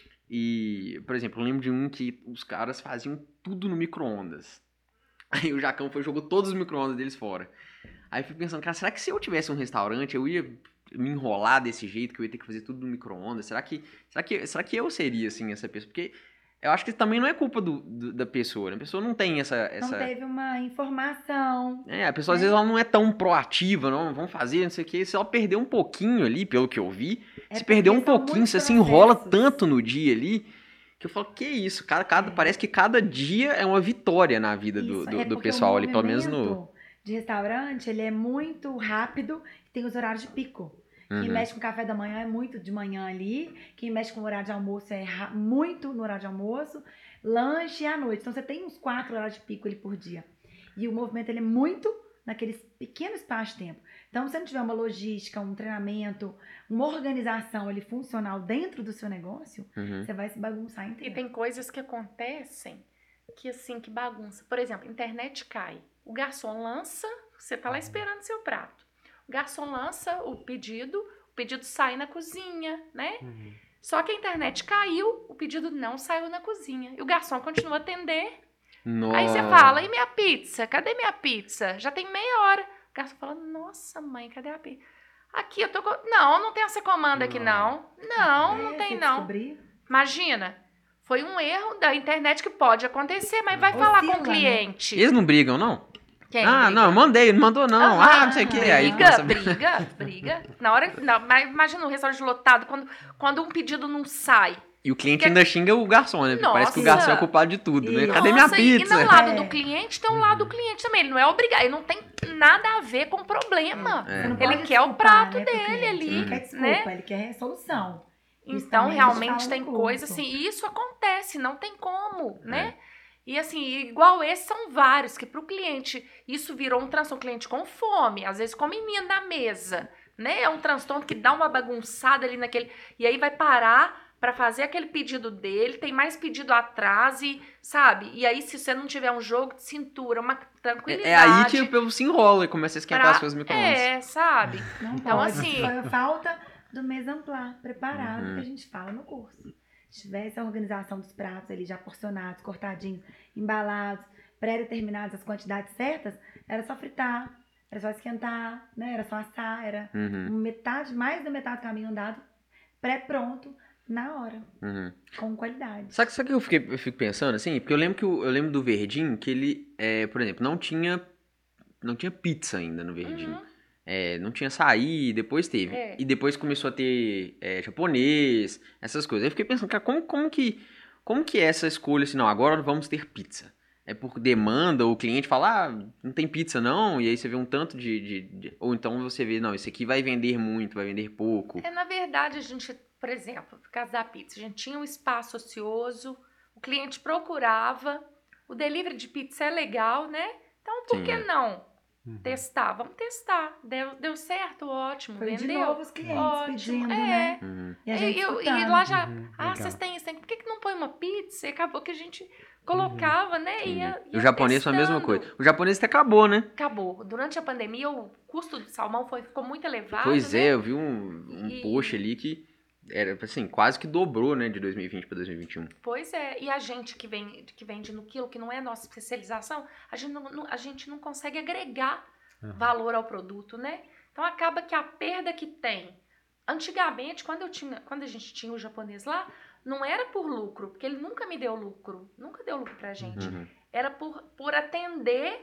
E, por exemplo, eu lembro de um que os caras faziam tudo no micro-ondas. Aí o Jacquin foi e jogou todos os micro-ondas deles fora. Aí eu fico pensando, cara, será que se eu tivesse um restaurante, eu ia me enrolar desse jeito, que eu ia ter que fazer tudo no micro-ondas? Será que, será, que, será que eu seria, assim, essa pessoa? Porque eu acho que também não é culpa do, do- da pessoa, né? A pessoa não tem essa... essa... Não teve uma informação. É, a pessoa às né? vezes ela não é tão proativa, não, vamos fazer, não sei o quê. Se ela perder um pouquinho ali, pelo que eu vi, É se perder um porque são pouquinho, muitos você se enrola processos. tanto no dia ali, que eu falo, que isso, cada, cada, É. parece que cada dia é uma vitória na vida do, Isso, do, é do porque pessoal o ali, pelo menos no... movimento de restaurante, ele é muito rápido, tem os horários de pico. Quem Uhum. mexe com café da manhã é muito de manhã ali, quem mexe com o horário de almoço é ra- muito no horário de almoço, lanche e à noite. Então você tem uns quatro horários de pico ali por dia. E o movimento ele é muito naqueles pequenos espaços de tempo. Então, se você não tiver uma logística, um treinamento, uma organização ali funcional dentro do seu negócio, Uhum. você vai se bagunçar E inteiro. tem coisas que acontecem que, assim, que bagunça. Por exemplo, internet cai. O garçom lança, você tá lá esperando seu prato. O garçom lança o pedido, o pedido sai na cozinha, né? Uhum. Só que a internet caiu, o pedido não saiu na cozinha. E o garçom continua a atender. Nossa. Aí você fala, e minha pizza? Cadê minha pizza? Já tem meia hora. O garçom fala, nossa mãe, cadê a pizza? Aqui, eu tô... com- Não, não tem essa comanda aqui, não. Não, não É, tem, você não. descobrir. Imagina, foi um erro da internet que pode acontecer, mas vai falar com Oscila, o né? cliente. Eles não brigam, não? Quem ah, briga? não, eu mandei, não mandou não. Aham, ah, não sei o que. Aí Briga, começa- briga, briga. Na hora, não, mas imagina um restaurante lotado, quando, quando um pedido não sai. E o cliente Porque- ainda xinga o garçom, né? Parece que o Nossa. garçom é o culpado de tudo, né? Isso. Cadê minha Nossa, e- pizza? E no lado É. do cliente tem um lado do cliente também. Ele não é obrigado, ele não tem nada a ver com o problema. É. Você não Ele pode quer o desculpar, prato né, pro dele cliente. ali, Ele não quer desculpa, né? ele quer solução. Isso Então, também a gente realmente fala tem no coisa curso. assim, e isso acontece, não tem como, É. né? E assim, igual esse são vários, que pro cliente, isso virou um transtorno, cliente com fome, às vezes com menino na mesa, né? É um transtorno que dá uma bagunçada ali naquele, e aí vai parar pra fazer aquele pedido dele, tem mais pedido atrás e, sabe? E aí se você não tiver um jogo de cintura, uma tranquilidade... É, é aí que o povo se enrola e começa a esquentar pra- as coisas no micro-ondas. É, sabe? Não Então, pode. assim- Foi a falta do mise en place preparado Uhum. que a gente fala no curso. Se tivesse a organização dos pratos ali já porcionados, cortadinhos, embalados, pré-determinados as quantidades certas, era só fritar, era só esquentar, né? Era só assar, era Uhum, metade, mais da metade do caminho andado, pré-pronto, na hora, uhum. com qualidade. Sabe, sabe o que eu, fiquei, eu fico pensando, assim? Porque eu lembro que o- eu lembro do Verdinho que ele, é, por exemplo, não tinha, não tinha pizza ainda no Verdinho. Uhum. É, não tinha açaí, depois teve. É. E depois começou a ter é, japonês, essas coisas. Aí eu fiquei pensando, cara, como, como, que, como que é essa escolha assim, não, agora vamos ter pizza? É por demanda, o cliente fala, ah, não tem pizza não, e aí você vê um tanto de, de- de- Ou então você vê, não, esse aqui vai vender muito, vai vender pouco. É, na verdade, a gente, por exemplo, por causa da pizza, a gente tinha um espaço ocioso, o cliente procurava, o delivery de pizza é legal, né? Então, por Sim, que é. não Uhum. testar? Vamos testar. Deu, deu certo, ótimo, Foi de vendeu. novo os clientes Ótimo, pedindo, é. né? Uhum. E a E, gente e- e escutando. lá já, Uhum, ah, legal. vocês têm isso, tem, por que, que não põe uma pizza? E acabou que a gente colocava, né? Sim. Ia, O ia japonês foi a mesma testando. coisa. O japonês até acabou, né? Acabou. Durante a pandemia, o custo do salmão foi, ficou muito elevado, Pois né? é, eu vi um, um E- post ali que era assim, quase que dobrou, né, de dois mil e vinte para dois mil e vinte e um. Pois é, e a gente que, vem, que vende no quilo, que não é nossa especialização, a gente não, não- a gente não consegue agregar Aham. valor ao produto, né? Então acaba que a perda que tem. Antigamente, quando, eu tinha, quando a gente tinha o japonês lá, não era por lucro, porque ele nunca me deu lucro, nunca deu lucro pra gente. Uhum. Era por, por atender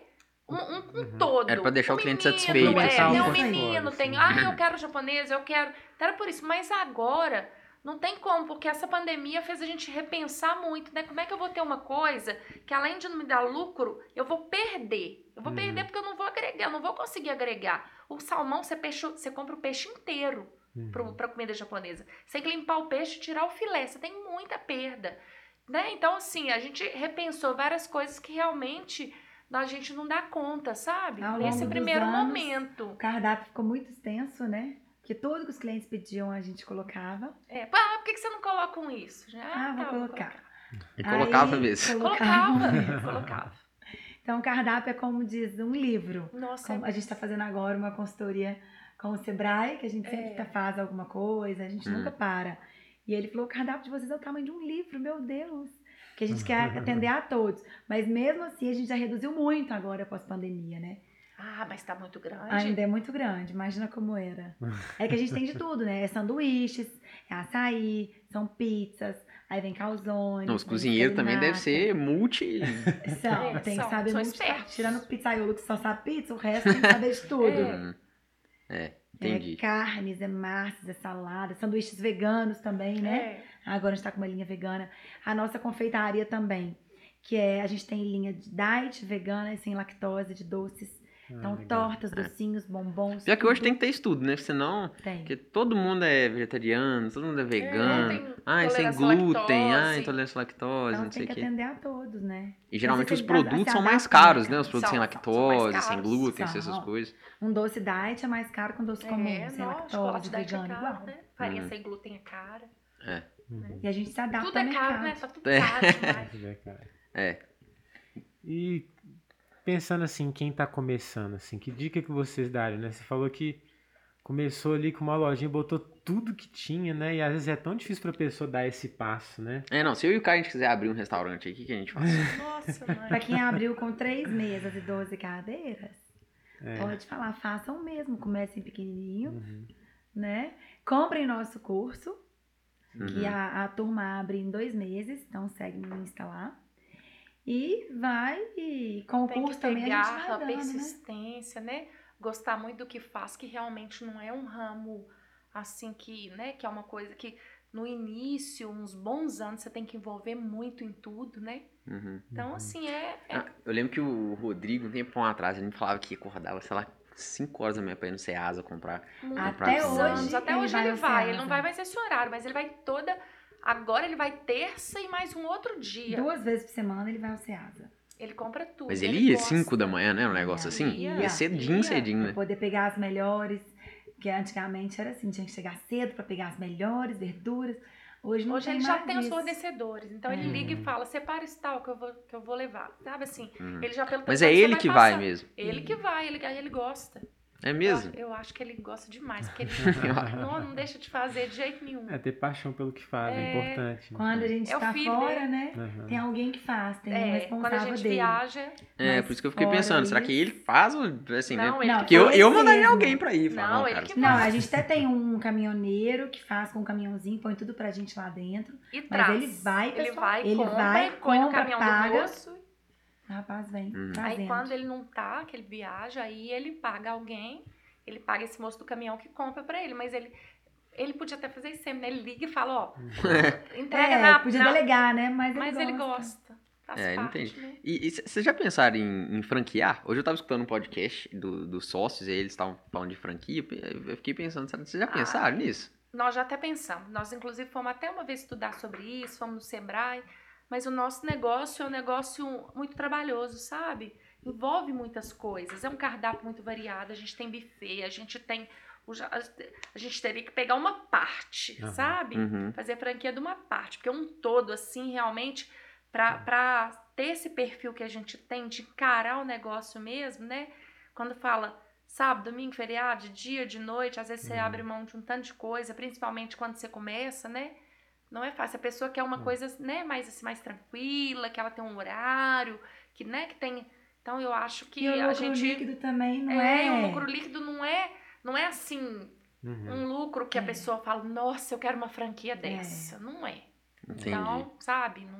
Um, um, um Uhum. todo. Era pra deixar o cliente menino, satisfeito, É, assim. tem um Isso. menino, tem. Sim. Ah, eu quero japonês, eu quero. Era por isso. Mas agora, não tem como, porque essa pandemia fez a gente repensar muito, né? Como é que eu vou ter uma coisa que, além de não me dar lucro, eu vou perder? Eu vou Uhum. perder porque eu não vou agregar, eu não vou conseguir agregar. O salmão, você, peixe, você compra o peixe inteiro Uhum. para comida japonesa. Você tem que limpar o peixe e tirar o filé. Você tem muita perda. Né? Então, assim, a gente repensou várias coisas que realmente a gente não dá conta, sabe? Ao Nesse longo dos primeiro anos, momento. O cardápio ficou muito extenso, né? Porque tudo que os clientes pediam a gente colocava. É, ah, por que que você não coloca com isso? Já, Ah, vou tá, colocar. E colocava Aí, mesmo. Colocava. Colocava, colocava. Então, o cardápio é como diz um livro. Nossa, Como é a gente está fazendo agora uma consultoria com o Sebrae, que a gente sempre É. tá- faz alguma coisa, a gente Hum. nunca para. E ele falou: o cardápio de vocês é o tamanho de um livro, meu Deus. Que a gente quer atender a todos. Mas mesmo assim, a gente já reduziu muito agora pós-pandemia, né? Ah, mas tá muito grande. Ainda é muito grande, imagina como era. É que a gente tem de tudo, né? É sanduíches, é açaí, são pizzas, aí vem calzone. Não, os vem cozinheiros também devem escalinata. ser multi... São, É, tem são, que saber são muito. espertos. Tirando o pizzaiolo que só sabe pizza, o resto tem que saber de tudo. É. Hum. É, entendi. É carnes, é massas, é salada, sanduíches veganos também, né? É. Agora a gente tá com uma linha vegana. A nossa confeitaria também, que é, a gente tem linha de diet vegana e sem lactose, de doces. Então, Ah, legal. tortas, docinhos, bombons. Pior que hoje tudo tem que ter estudo, né? Senão... tem. Porque todo mundo é vegetariano, todo mundo é vegano. tem ah, sem intolerância à glúten, ah, lactose. intolerância à lactose, Então não sei tem o que quê. atender a todos, né? E geralmente Não os sei se ele produtos se são mais adapta, caros, né, né? Os produtos São, sem são- são mais lactose, sem caros. glúten, sem São. essas coisas. Um doce diet é mais caro que um doce comum, É, sem não, lactose, chocolate diet é vegano, caro, igual. né? Farinha Hum. sem glúten é cara. É. Uhum. E a gente se adapta Tudo ao é caro, mercado. né? Tá tudo É. caro demais. Tudo é caro. É. E pensando assim, quem tá começando, assim, que dica que vocês dariam, né? Você falou que começou ali com uma lojinha, botou tudo que tinha, né? E às vezes é tão difícil pra pessoa dar esse passo, né? É, não, se eu e o Caio a gente quiser abrir um restaurante aí, o que, que a gente faz? Nossa, Pra mãe. quem abriu com três mesas e doze cadeiras, É. pode falar, façam mesmo, comecem pequenininho, Uhum. né? Comprem nosso curso, que Uhum. a, a turma abre em dois meses, então segue no Insta lá. E vai, e com o Tem que curso ter também a gente vai garra, dando, né? persistência, né? Gostar muito do que faz, que realmente não é um ramo assim que, né? Que é uma coisa que no início, uns bons anos, você tem que envolver muito em tudo, né? Uhum. Então, Uhum. assim, é. é- Ah, eu lembro que o Rodrigo, um tempo atrás, ele me falava que acordava, sei lá, cinco horas da manhã pra ir no Ceasa comprar. muitos Até hoje, anos. Até ele hoje vai ele ao vai. Ele Ceasa. não vai mais esse horário, mas ele vai toda. Agora ele vai terça e mais um outro dia. Duas vezes por semana ele vai ao Ceasa. Ele compra tudo. Mas ele ia gosta. cinco da manhã, né? Um negócio Ia, assim? ia, Ia cedinho, ia. cedinho, Pra né? poder pegar as melhores, porque antigamente era assim, tinha que chegar cedo pra pegar as melhores verduras. Hoje não Hoje tem ele já mais tem os isso. fornecedores. Então ele É. liga e fala: separa esse tal que eu vou, que eu vou levar. Sabe assim? Uhum. Ele já pelo Mas é telefone, ele você que vai passar. mesmo. Ele que vai, ele, aí ele gosta. É mesmo? Eu, eu acho que ele gosta demais, porque ele não, não deixa de fazer de jeito nenhum. É ter paixão pelo que faz, é, É. importante. né? Quando a gente É o tá filho fora, dele. né? Aham. Tem alguém que faz, tem um É, quando a responsável gente dele. viaja. É, Mas por isso que eu fiquei fora pensando, será que isso- ele faz ou assim, Não, né? ele Não, Porque eu, ele eu mandaria mesmo. alguém pra ir. Falar, Não, não, ele cara, que Não, vai. a gente até tem um caminhoneiro que faz com um caminhãozinho, põe tudo pra gente lá dentro. E Mas traz. ele vai, ele pessoal, vai, ele compra, vai, põe no compra, caminhão paga. do moço. O rapaz vem Uhum. trazendo. Aí quando ele não tá, que ele viaja, aí ele paga alguém, ele paga esse moço do caminhão que compra pra ele, mas ele ele podia até fazer isso sempre, né? Ele liga e fala, ó, entrega É, na... podia na- delegar, né? Mas, Mas ele ele gosta. gosta. Faz É, parte, entendi. né? E vocês já pensaram em, em franquear? Hoje eu tava escutando um podcast do- dos sócios e eles estavam falando de franquia. Eu fiquei pensando, sabe, vocês já Ah, pensaram nisso? Nós já até pensamos. Nós, inclusive, fomos até uma vez estudar sobre isso, fomos no Sebrae, mas o nosso negócio é um negócio muito trabalhoso, sabe? Envolve muitas coisas. É um cardápio muito variado. A gente tem buffet, a gente tem... o ja- A gente teria que pegar uma parte, Aham. sabe? Uhum. Fazer a franquia de uma parte. Porque um todo, assim, realmente, pra, pra ter esse perfil que a gente tem de encarar o negócio mesmo, né? Quando fala sábado, domingo, feriado, de dia, de noite, às vezes você Uhum. abre mão de um tanto de coisa, principalmente quando você começa, né? Não é fácil. A pessoa quer uma Uhum. coisa, né, mais, assim, mais tranquila, que ela tem um horário, que, né, que tem... Então, eu acho que E o a lucro gente... líquido também não é, é... e o lucro líquido não é, não é assim, Uhum. um lucro que a É. pessoa fala, nossa, eu quero uma franquia dessa. Não é. Entendi. Então, sabe, não,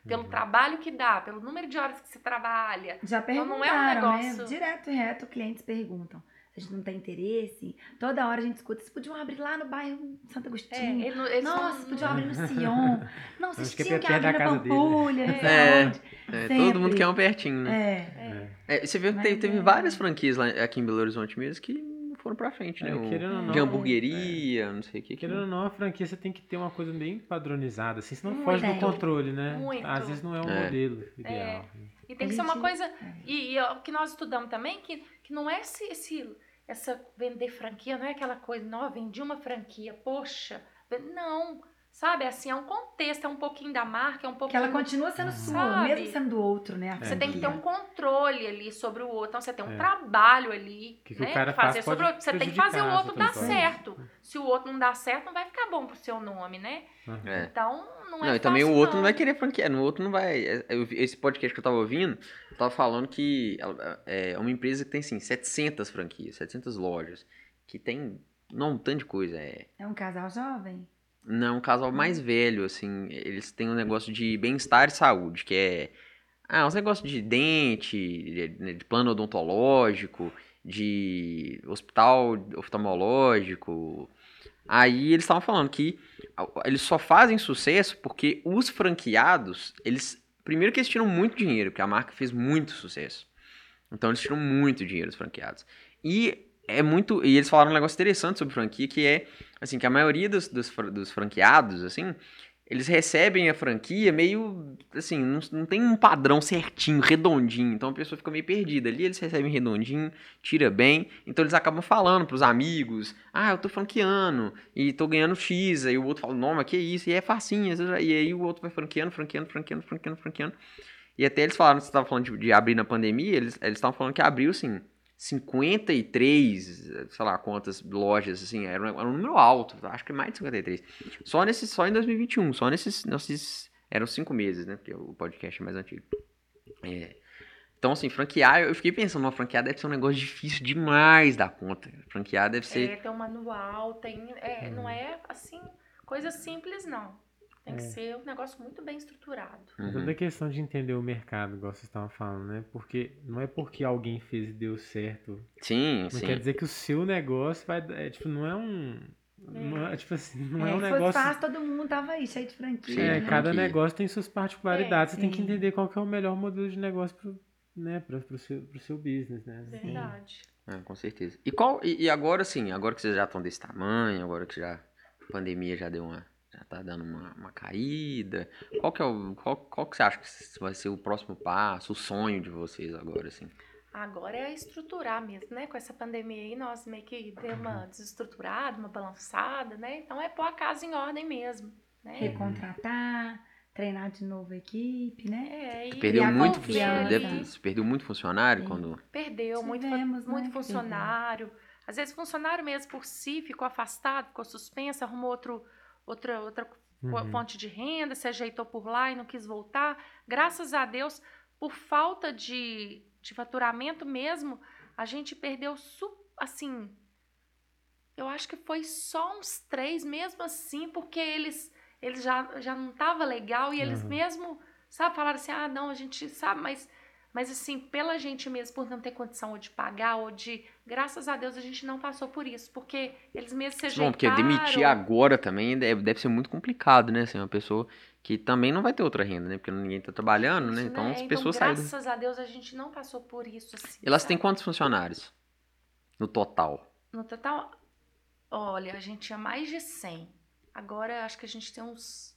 pelo Uhum. trabalho que dá, pelo número de horas que você trabalha. Já Então, não perguntaram, é um né? negócio- Direto e reto, clientes perguntam. A gente não tem interesse. Toda hora a gente escuta, vocês podiam abrir lá no bairro Santo É, Agostinho. ele não- eles Nossa, não- podiam abrir no Sion. Não, vocês Acho que é tinham que perto da abrir na casa dele. Pampulha, não sei É. aonde. É, Sempre. todo mundo quer um pertinho, né? É. É. É, você viu que Mas teve, teve é. várias franquias lá aqui em Belo Horizonte mesmo que não foram pra frente, né? É, O- querendo ou não, de hamburgueria, não sei o que. que Querendo ou não, a franquia você tem que ter uma coisa bem padronizada, assim, senão Muito. foge do controle, né? Muito. Às vezes não é o É. modelo ideal. E tem A que ser uma gente- coisa. é. E, e o que nós estudamos também, que, que não é esse, esse, essa vender franquia, não é aquela coisa, não, vendi uma franquia, poxa. Não, sabe? Assim, é um contexto, é um pouquinho da marca, é um Que pouquinho. ela continua sendo sua, Sabe? mesmo sendo do outro, né? A Você tem que ter um franquia. controle ali sobre o outro. Então você tem um É. trabalho ali. Que que o né, cara pra fazer faz sobre pode o outro. Você tem que fazer o prejudicar outro as dar outras certo. Se o outro não dá certo, não vai ficar bom pro seu nome, né? É. Então, não é Não, e também o fácil, outro não vai querer franquia, no outro não vai. é, eu vi- Esse podcast que eu tava ouvindo, eu tava falando que ela- é uma empresa que tem, assim, setecentas franquias, setecentas lojas, que tem não, um tanto de coisa. É, É um casal jovem? não, é um casal mais velho, assim, eles têm um negócio de bem-estar e saúde, que é. Ah, uns negócios de dente, de, de plano odontológico, de hospital oftalmológico. Aí eles estavam falando que eles só fazem sucesso porque os franqueados, eles. Primeiro que eles tiram muito dinheiro, porque a marca fez muito sucesso. Então eles tiram muito dinheiro dos franqueados. E é muito. E eles falaram um negócio interessante sobre franquia, que é assim, que a maioria dos, dos, fran- dos franqueados, assim, eles recebem a franquia meio. Assim, não, não tem um padrão certinho, redondinho. Então a pessoa fica meio perdida. Ali eles recebem redondinho, tira bem. Então eles acabam falando pros amigos: ah, eu tô franqueando e tô ganhando X. Aí o outro fala: não, mas que isso? E é facinho. E aí o outro vai franqueando, franqueando, franqueando, franqueando, franqueando. E até eles falaram, você estava falando de, de abrir na pandemia, eles estavam falando que abriu, assim, cinquenta e três, sei lá quantas lojas, assim, era um, era um número alto, acho que mais de cinquenta e três. Só, nesse, só em dois mil e vinte e um, só nesses, nesses, eram cinco meses, né, porque o podcast é mais antigo. É. Então, assim, franquear, eu fiquei pensando, uma franquear deve ser um negócio difícil demais da conta. Franquear deve ser... É, tem um manual, tem. É, Não é assim, coisa simples, não. Tem que É. ser um negócio muito bem estruturado. É Uhum. toda a questão de entender o mercado, igual vocês estavam falando, né? Porque não é porque alguém fez e deu certo. Sim, Não sim. quer dizer que o seu negócio vai. É, tipo, não é um. Não é, tipo assim, não é, É, um se fosse negócio. fácil, todo mundo tava aí, cheio de franquia. Cheio É, de cada franquia. negócio tem suas particularidades. É, você tem que sim. entender qual que é o melhor modelo de negócio pro, né, pro, pro, seu, pro seu business, né? Verdade. É, com certeza. E, qual, e, e agora, sim, agora que vocês já estão desse tamanho, agora que já a pandemia já deu uma... Já tá dando uma, uma caída. Qual que é o. Qual, qual que você acha que vai ser o próximo passo, o sonho de vocês agora, assim? Agora é estruturar mesmo, né? Com essa pandemia aí, nós meio que deu uma desestruturada, uma balançada, né? Então é pôr a casa em ordem mesmo, né? Recontratar, treinar de novo a equipe, né? É, e Perdeu a muito, confiança. deve, você perdeu muito funcionário Sim. quando. Perdeu muito, Tivemos, né, muito que funcionário. Às vezes funcionário mesmo por si ficou afastado, ficou suspenso, arrumou outro, outra, outra Uhum. fonte de renda, se ajeitou por lá e não quis voltar. Graças a Deus, por falta de, de faturamento mesmo, a gente perdeu, su- assim, eu acho que foi só uns três mesmo assim, porque eles, eles já, já não tava legal e eles Uhum. mesmo, sabe, falaram assim, ah, não, a gente sabe, mas... Mas assim, pela gente mesmo, por não ter condição ou de pagar, ou de... Graças a Deus a gente não passou por isso, porque eles mesmos se ajeitaram. Bom, porque demitir agora também deve, deve ser muito complicado, né? Assim, uma pessoa que também não vai ter outra renda, né? Porque ninguém tá trabalhando, né? Isso, Então as Então, pessoas saíram. graças a Deus a gente não passou por isso assim. Elas têm sabe? quantos funcionários? No total? No total, olha, a gente tinha mais de cem. Agora acho que a gente tem uns...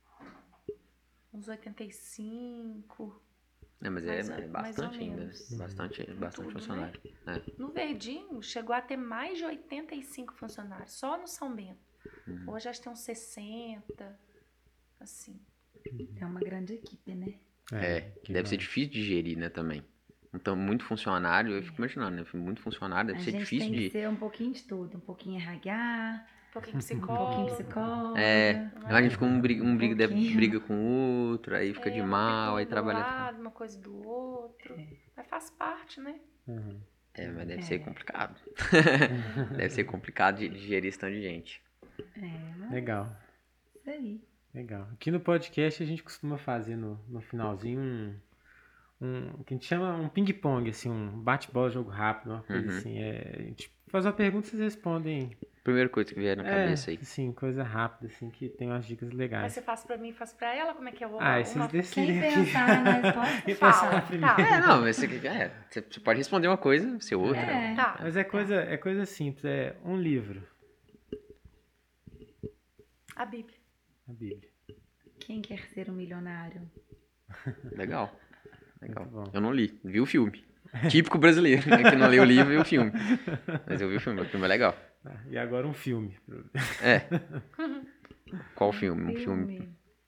Uns oitenta e cinco... É, mas Mais é, ou- é mais ou bastante ainda. menos. Bastante, bastante Tudo, funcionário. É. No Verdinho, chegou a ter mais de oitenta e cinco funcionários, só no São Bento. Uhum. Hoje acho que tem uns sessenta, assim. É uma grande equipe, né? É, que deve ser vai. difícil de gerir, né, também. Então, muito funcionário, eu fico imaginando, né? Muito funcionário, deve a ser gente difícil tem que de. ser um pouquinho de tudo. Um pouquinho R H, Um pouquinho um psicólogo. pouquinho psicóloga. É, a gente fica um briga, um briga, de- pouquinho. briga com o outro, aí fica É, de uma mal, aí coisa do trabalha. lado, uma coisa do outro. Mas faz parte, né? Uhum. É, mas deve É. ser complicado. deve ser complicado de, de gerir esse tanto de gente. É, mas Legal. isso aí. Legal. Aqui no podcast a gente costuma fazer no, no finalzinho um, um que a gente chama um ping-pong, assim, um bate-bola, jogo rápido, uma coisa Uhum. assim. É, a gente faz uma pergunta e vocês respondem. Primeira coisa que vier na É, cabeça aí. assim, coisa rápida, assim, que tem umas dicas Mas legais. você faz pra mim, faz pra ela? Como é que eu vou? Ah, e uma... vocês Quem decidem aqui. pensar na resposta, Quem Fala, pensar primeiro. tá. É, não, mas você, é, você você pode responder uma coisa, ser outra. É. Tá. Mas é coisa, é coisa simples, é um livro, A Bíblia. a Bíblia. Quem quer ser um milionário? Legal. Legal. Muito bom. Eu não li, vi o filme. Típico brasileiro, né? Que não lê o livro e o filme. Mas eu vi o filme, o filme é legal. Ah, e agora um filme. É. Qual filme? Um filme.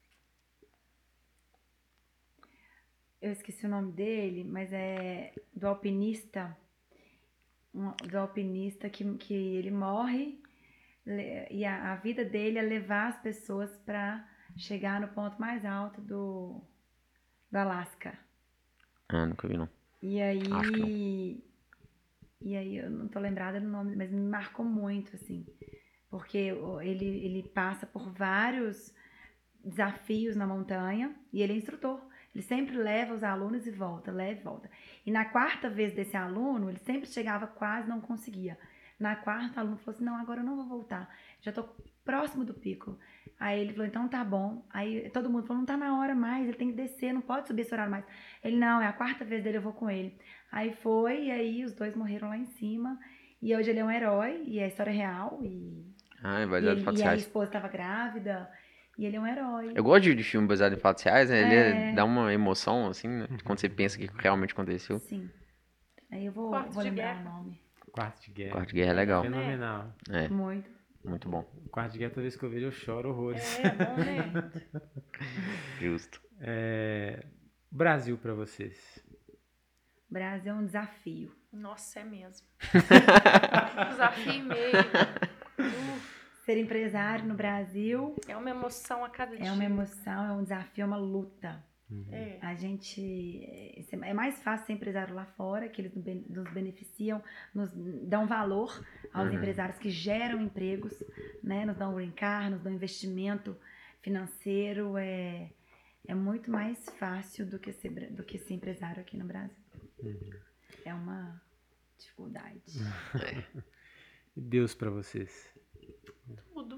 Eu esqueci o nome dele, mas é do alpinista. Um, do alpinista que, que ele morre le- e a, a vida dele é levar as pessoas para chegar no ponto mais alto do, do Alasca. Ah, nunca vi não. E aí. Acho que E aí, eu não tô lembrada do nome, mas me marcou muito, assim. Porque o- ele, ele passa por vários desafios na montanha e ele é instrutor. Ele sempre leva os alunos e volta, leva e volta. E na quarta vez desse aluno, ele sempre chegava quase, não conseguia. Na quarta, o aluno falou assim, não, agora eu não vou voltar. Já tô próximo do pico. Aí ele falou, então tá bom. Aí todo mundo falou, não tá na hora mais, ele tem que descer, não pode subir esse horário mais. Ele, não, é a quarta vez dele, eu vou com ele. Aí foi, e aí os dois morreram lá em cima. E hoje ele é um herói, e é história real. E, Ah, é e, baseado em ele, fatos e a reais. esposa estava grávida, e ele é um herói. Eu gosto de, de filme baseado em fatos reais, né? Ele é- É. dá uma emoção, assim, né? Quando você pensa que realmente aconteceu. Sim. Aí eu vou, Quarto vou de lembrar Guerra. o nome. Quarto de Guerra. Quarto de Guerra é legal. Fenomenal. É, Muito. muito bom. Quarto de Guerra, toda vez que eu vejo, eu choro horrores. É, bom, né? Justo. É, Brasil pra vocês. Brasil é um desafio. Nossa, é mesmo. Desafio e meio. Uh, Ser empresário no Brasil é uma emoção a cada dia. é uma emoção, é um desafio, é uma luta. É. A gente. É mais fácil ser empresário lá fora, que eles nos beneficiam, nos dão valor aos Uhum. empresários que geram empregos, né? Nos dão green card, nos dão investimento financeiro. É, é muito mais fácil do que, ser, bra- do que ser empresário aqui no Brasil. É uma dificuldade. E Deus pra vocês. Tudo.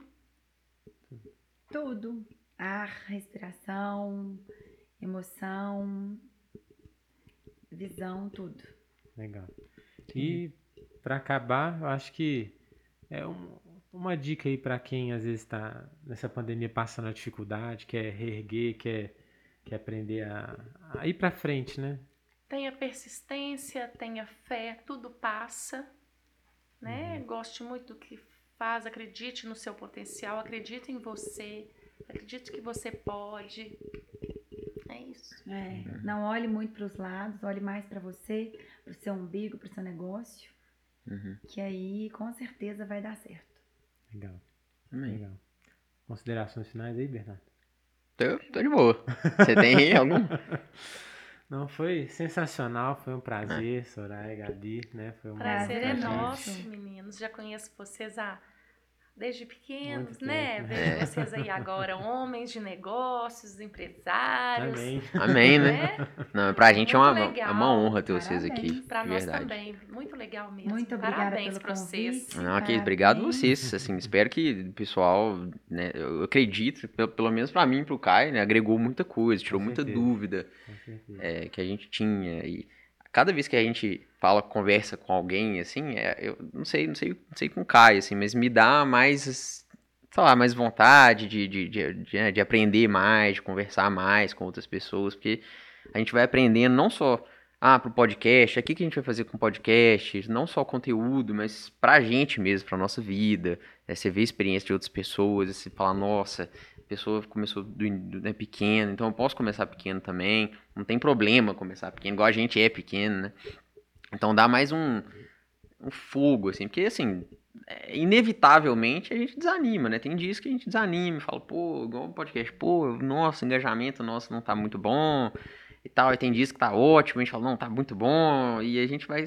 Tudo. Ar, respiração, emoção, visão, tudo. Legal. E pra acabar, eu acho que é um- uma dica aí pra quem às vezes está nessa pandemia passando a dificuldade, quer reerguer, quer, quer aprender a, a ir pra frente, né? Tenha persistência, tenha fé, tudo passa. Né? Goste muito do que faz, acredite no seu potencial, acredite em você, acredite que você pode. É isso. É, não olhe muito para os lados, olhe mais para você, para o seu umbigo, para o seu negócio, Uhum. que aí com certeza vai dar certo. Legal, Amém. legal. Considerações finais aí, Bernardo? Tô, tô de boa. Você tem algum? Não, foi sensacional, foi um prazer, Soraya, Gabi, né? Foi um Prazer é Prazer é nosso, nosso. meninos. Já conheço vocês há, desde pequenos, Muito né? tempo, Vejo vocês aí agora, homens de negócios, empresários. Amém. Amém, né? Né? Não, pra gente é Muito uma, legal. é uma honra ter vocês Parabéns. aqui. Pra de nós verdade. também. Muito legal mesmo. Muito obrigada Parabéns pelo pra vocês. convite. Não, aqui, obrigado a Parabéns. vocês. Assim, espero que o pessoal, né, eu acredito, pelo, pelo menos pra mim e pro Caio, né, agregou muita coisa, tirou Com muita certeza. dúvida Com certeza. é, que a gente tinha. E cada vez que a gente fala, conversa com alguém, assim, é, eu não sei, não sei, não sei com o Caio, assim, mas me dá mais, sei lá, mais vontade de, de, de, de, né, de aprender mais, de conversar mais com outras pessoas, porque a gente vai aprendendo não só ah, pro podcast, aqui que a gente vai fazer com o podcast, não só conteúdo, mas pra gente mesmo, pra nossa vida, né? Você vê a experiência de outras pessoas, você fala, nossa, a pessoa começou do, do, né, pequeno, então eu posso começar pequeno também, não tem problema começar pequeno, igual a gente é pequeno, né? Então dá mais um, um fogo, assim, porque assim, é, inevitavelmente a gente desanima, né? Tem dias que a gente desanima e fala, pô, igual o podcast, pô, nosso engajamento nosso não tá muito bom e tal, e tem dias que tá ótimo, a gente fala, não, tá muito bom, e a gente vai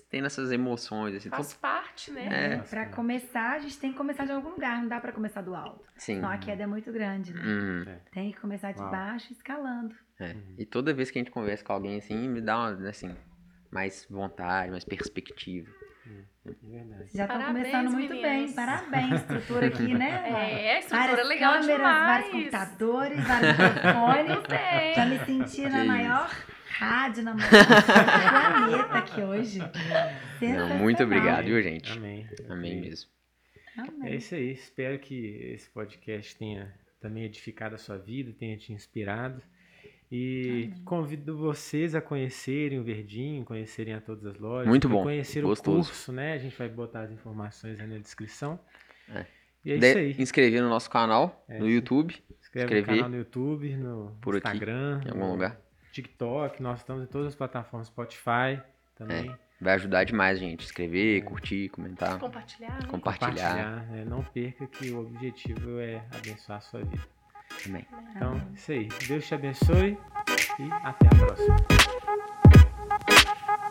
tendo essas emoções, assim. Faz tudo- parte, né? É. Pra começar, a gente tem que começar de algum lugar, não dá pra começar do alto. Sim. Senão a queda é muito grande, né? Uhum. Tem que começar de Uau. baixo, escalando. É. E toda vez que a gente conversa com alguém assim, me dá uma, assim, mais vontade, mais perspectiva. É verdade. Já estão Parabéns, começando muito meninos. bem. Parabéns, estrutura aqui, né? É, a estrutura Várias legal câmeras, demais. vários computadores, vários telefones. Bem. Já me senti na Que maior rádio, na maior do planeta aqui hoje. Não, muito obrigado, viu, gente? Amém. Amém mesmo. É Amém. isso aí. Espero que esse podcast tenha também edificado a sua vida, tenha te inspirado. E Amém. convido vocês a conhecerem o Verdinho, conhecerem a todas as lojas. Muito bom, Conhecer gostoso. o curso, né? A gente vai botar as informações aí na descrição. É. E é De- isso aí. Inscrever no nosso canal, É no isso. YouTube, Inscreve inscrever no canal no YouTube, no por aqui, Instagram, em algum no lugar. TikTok. Nós estamos em todas as plataformas, Spotify também. Vai ajudar demais, gente. Inscrever, curtir, comentar, Compartilhar, né? compartilhar. Né? Não perca que o objetivo é abençoar a sua vida. Amém. Então, Amém. isso aí. Deus te abençoe e até a próxima.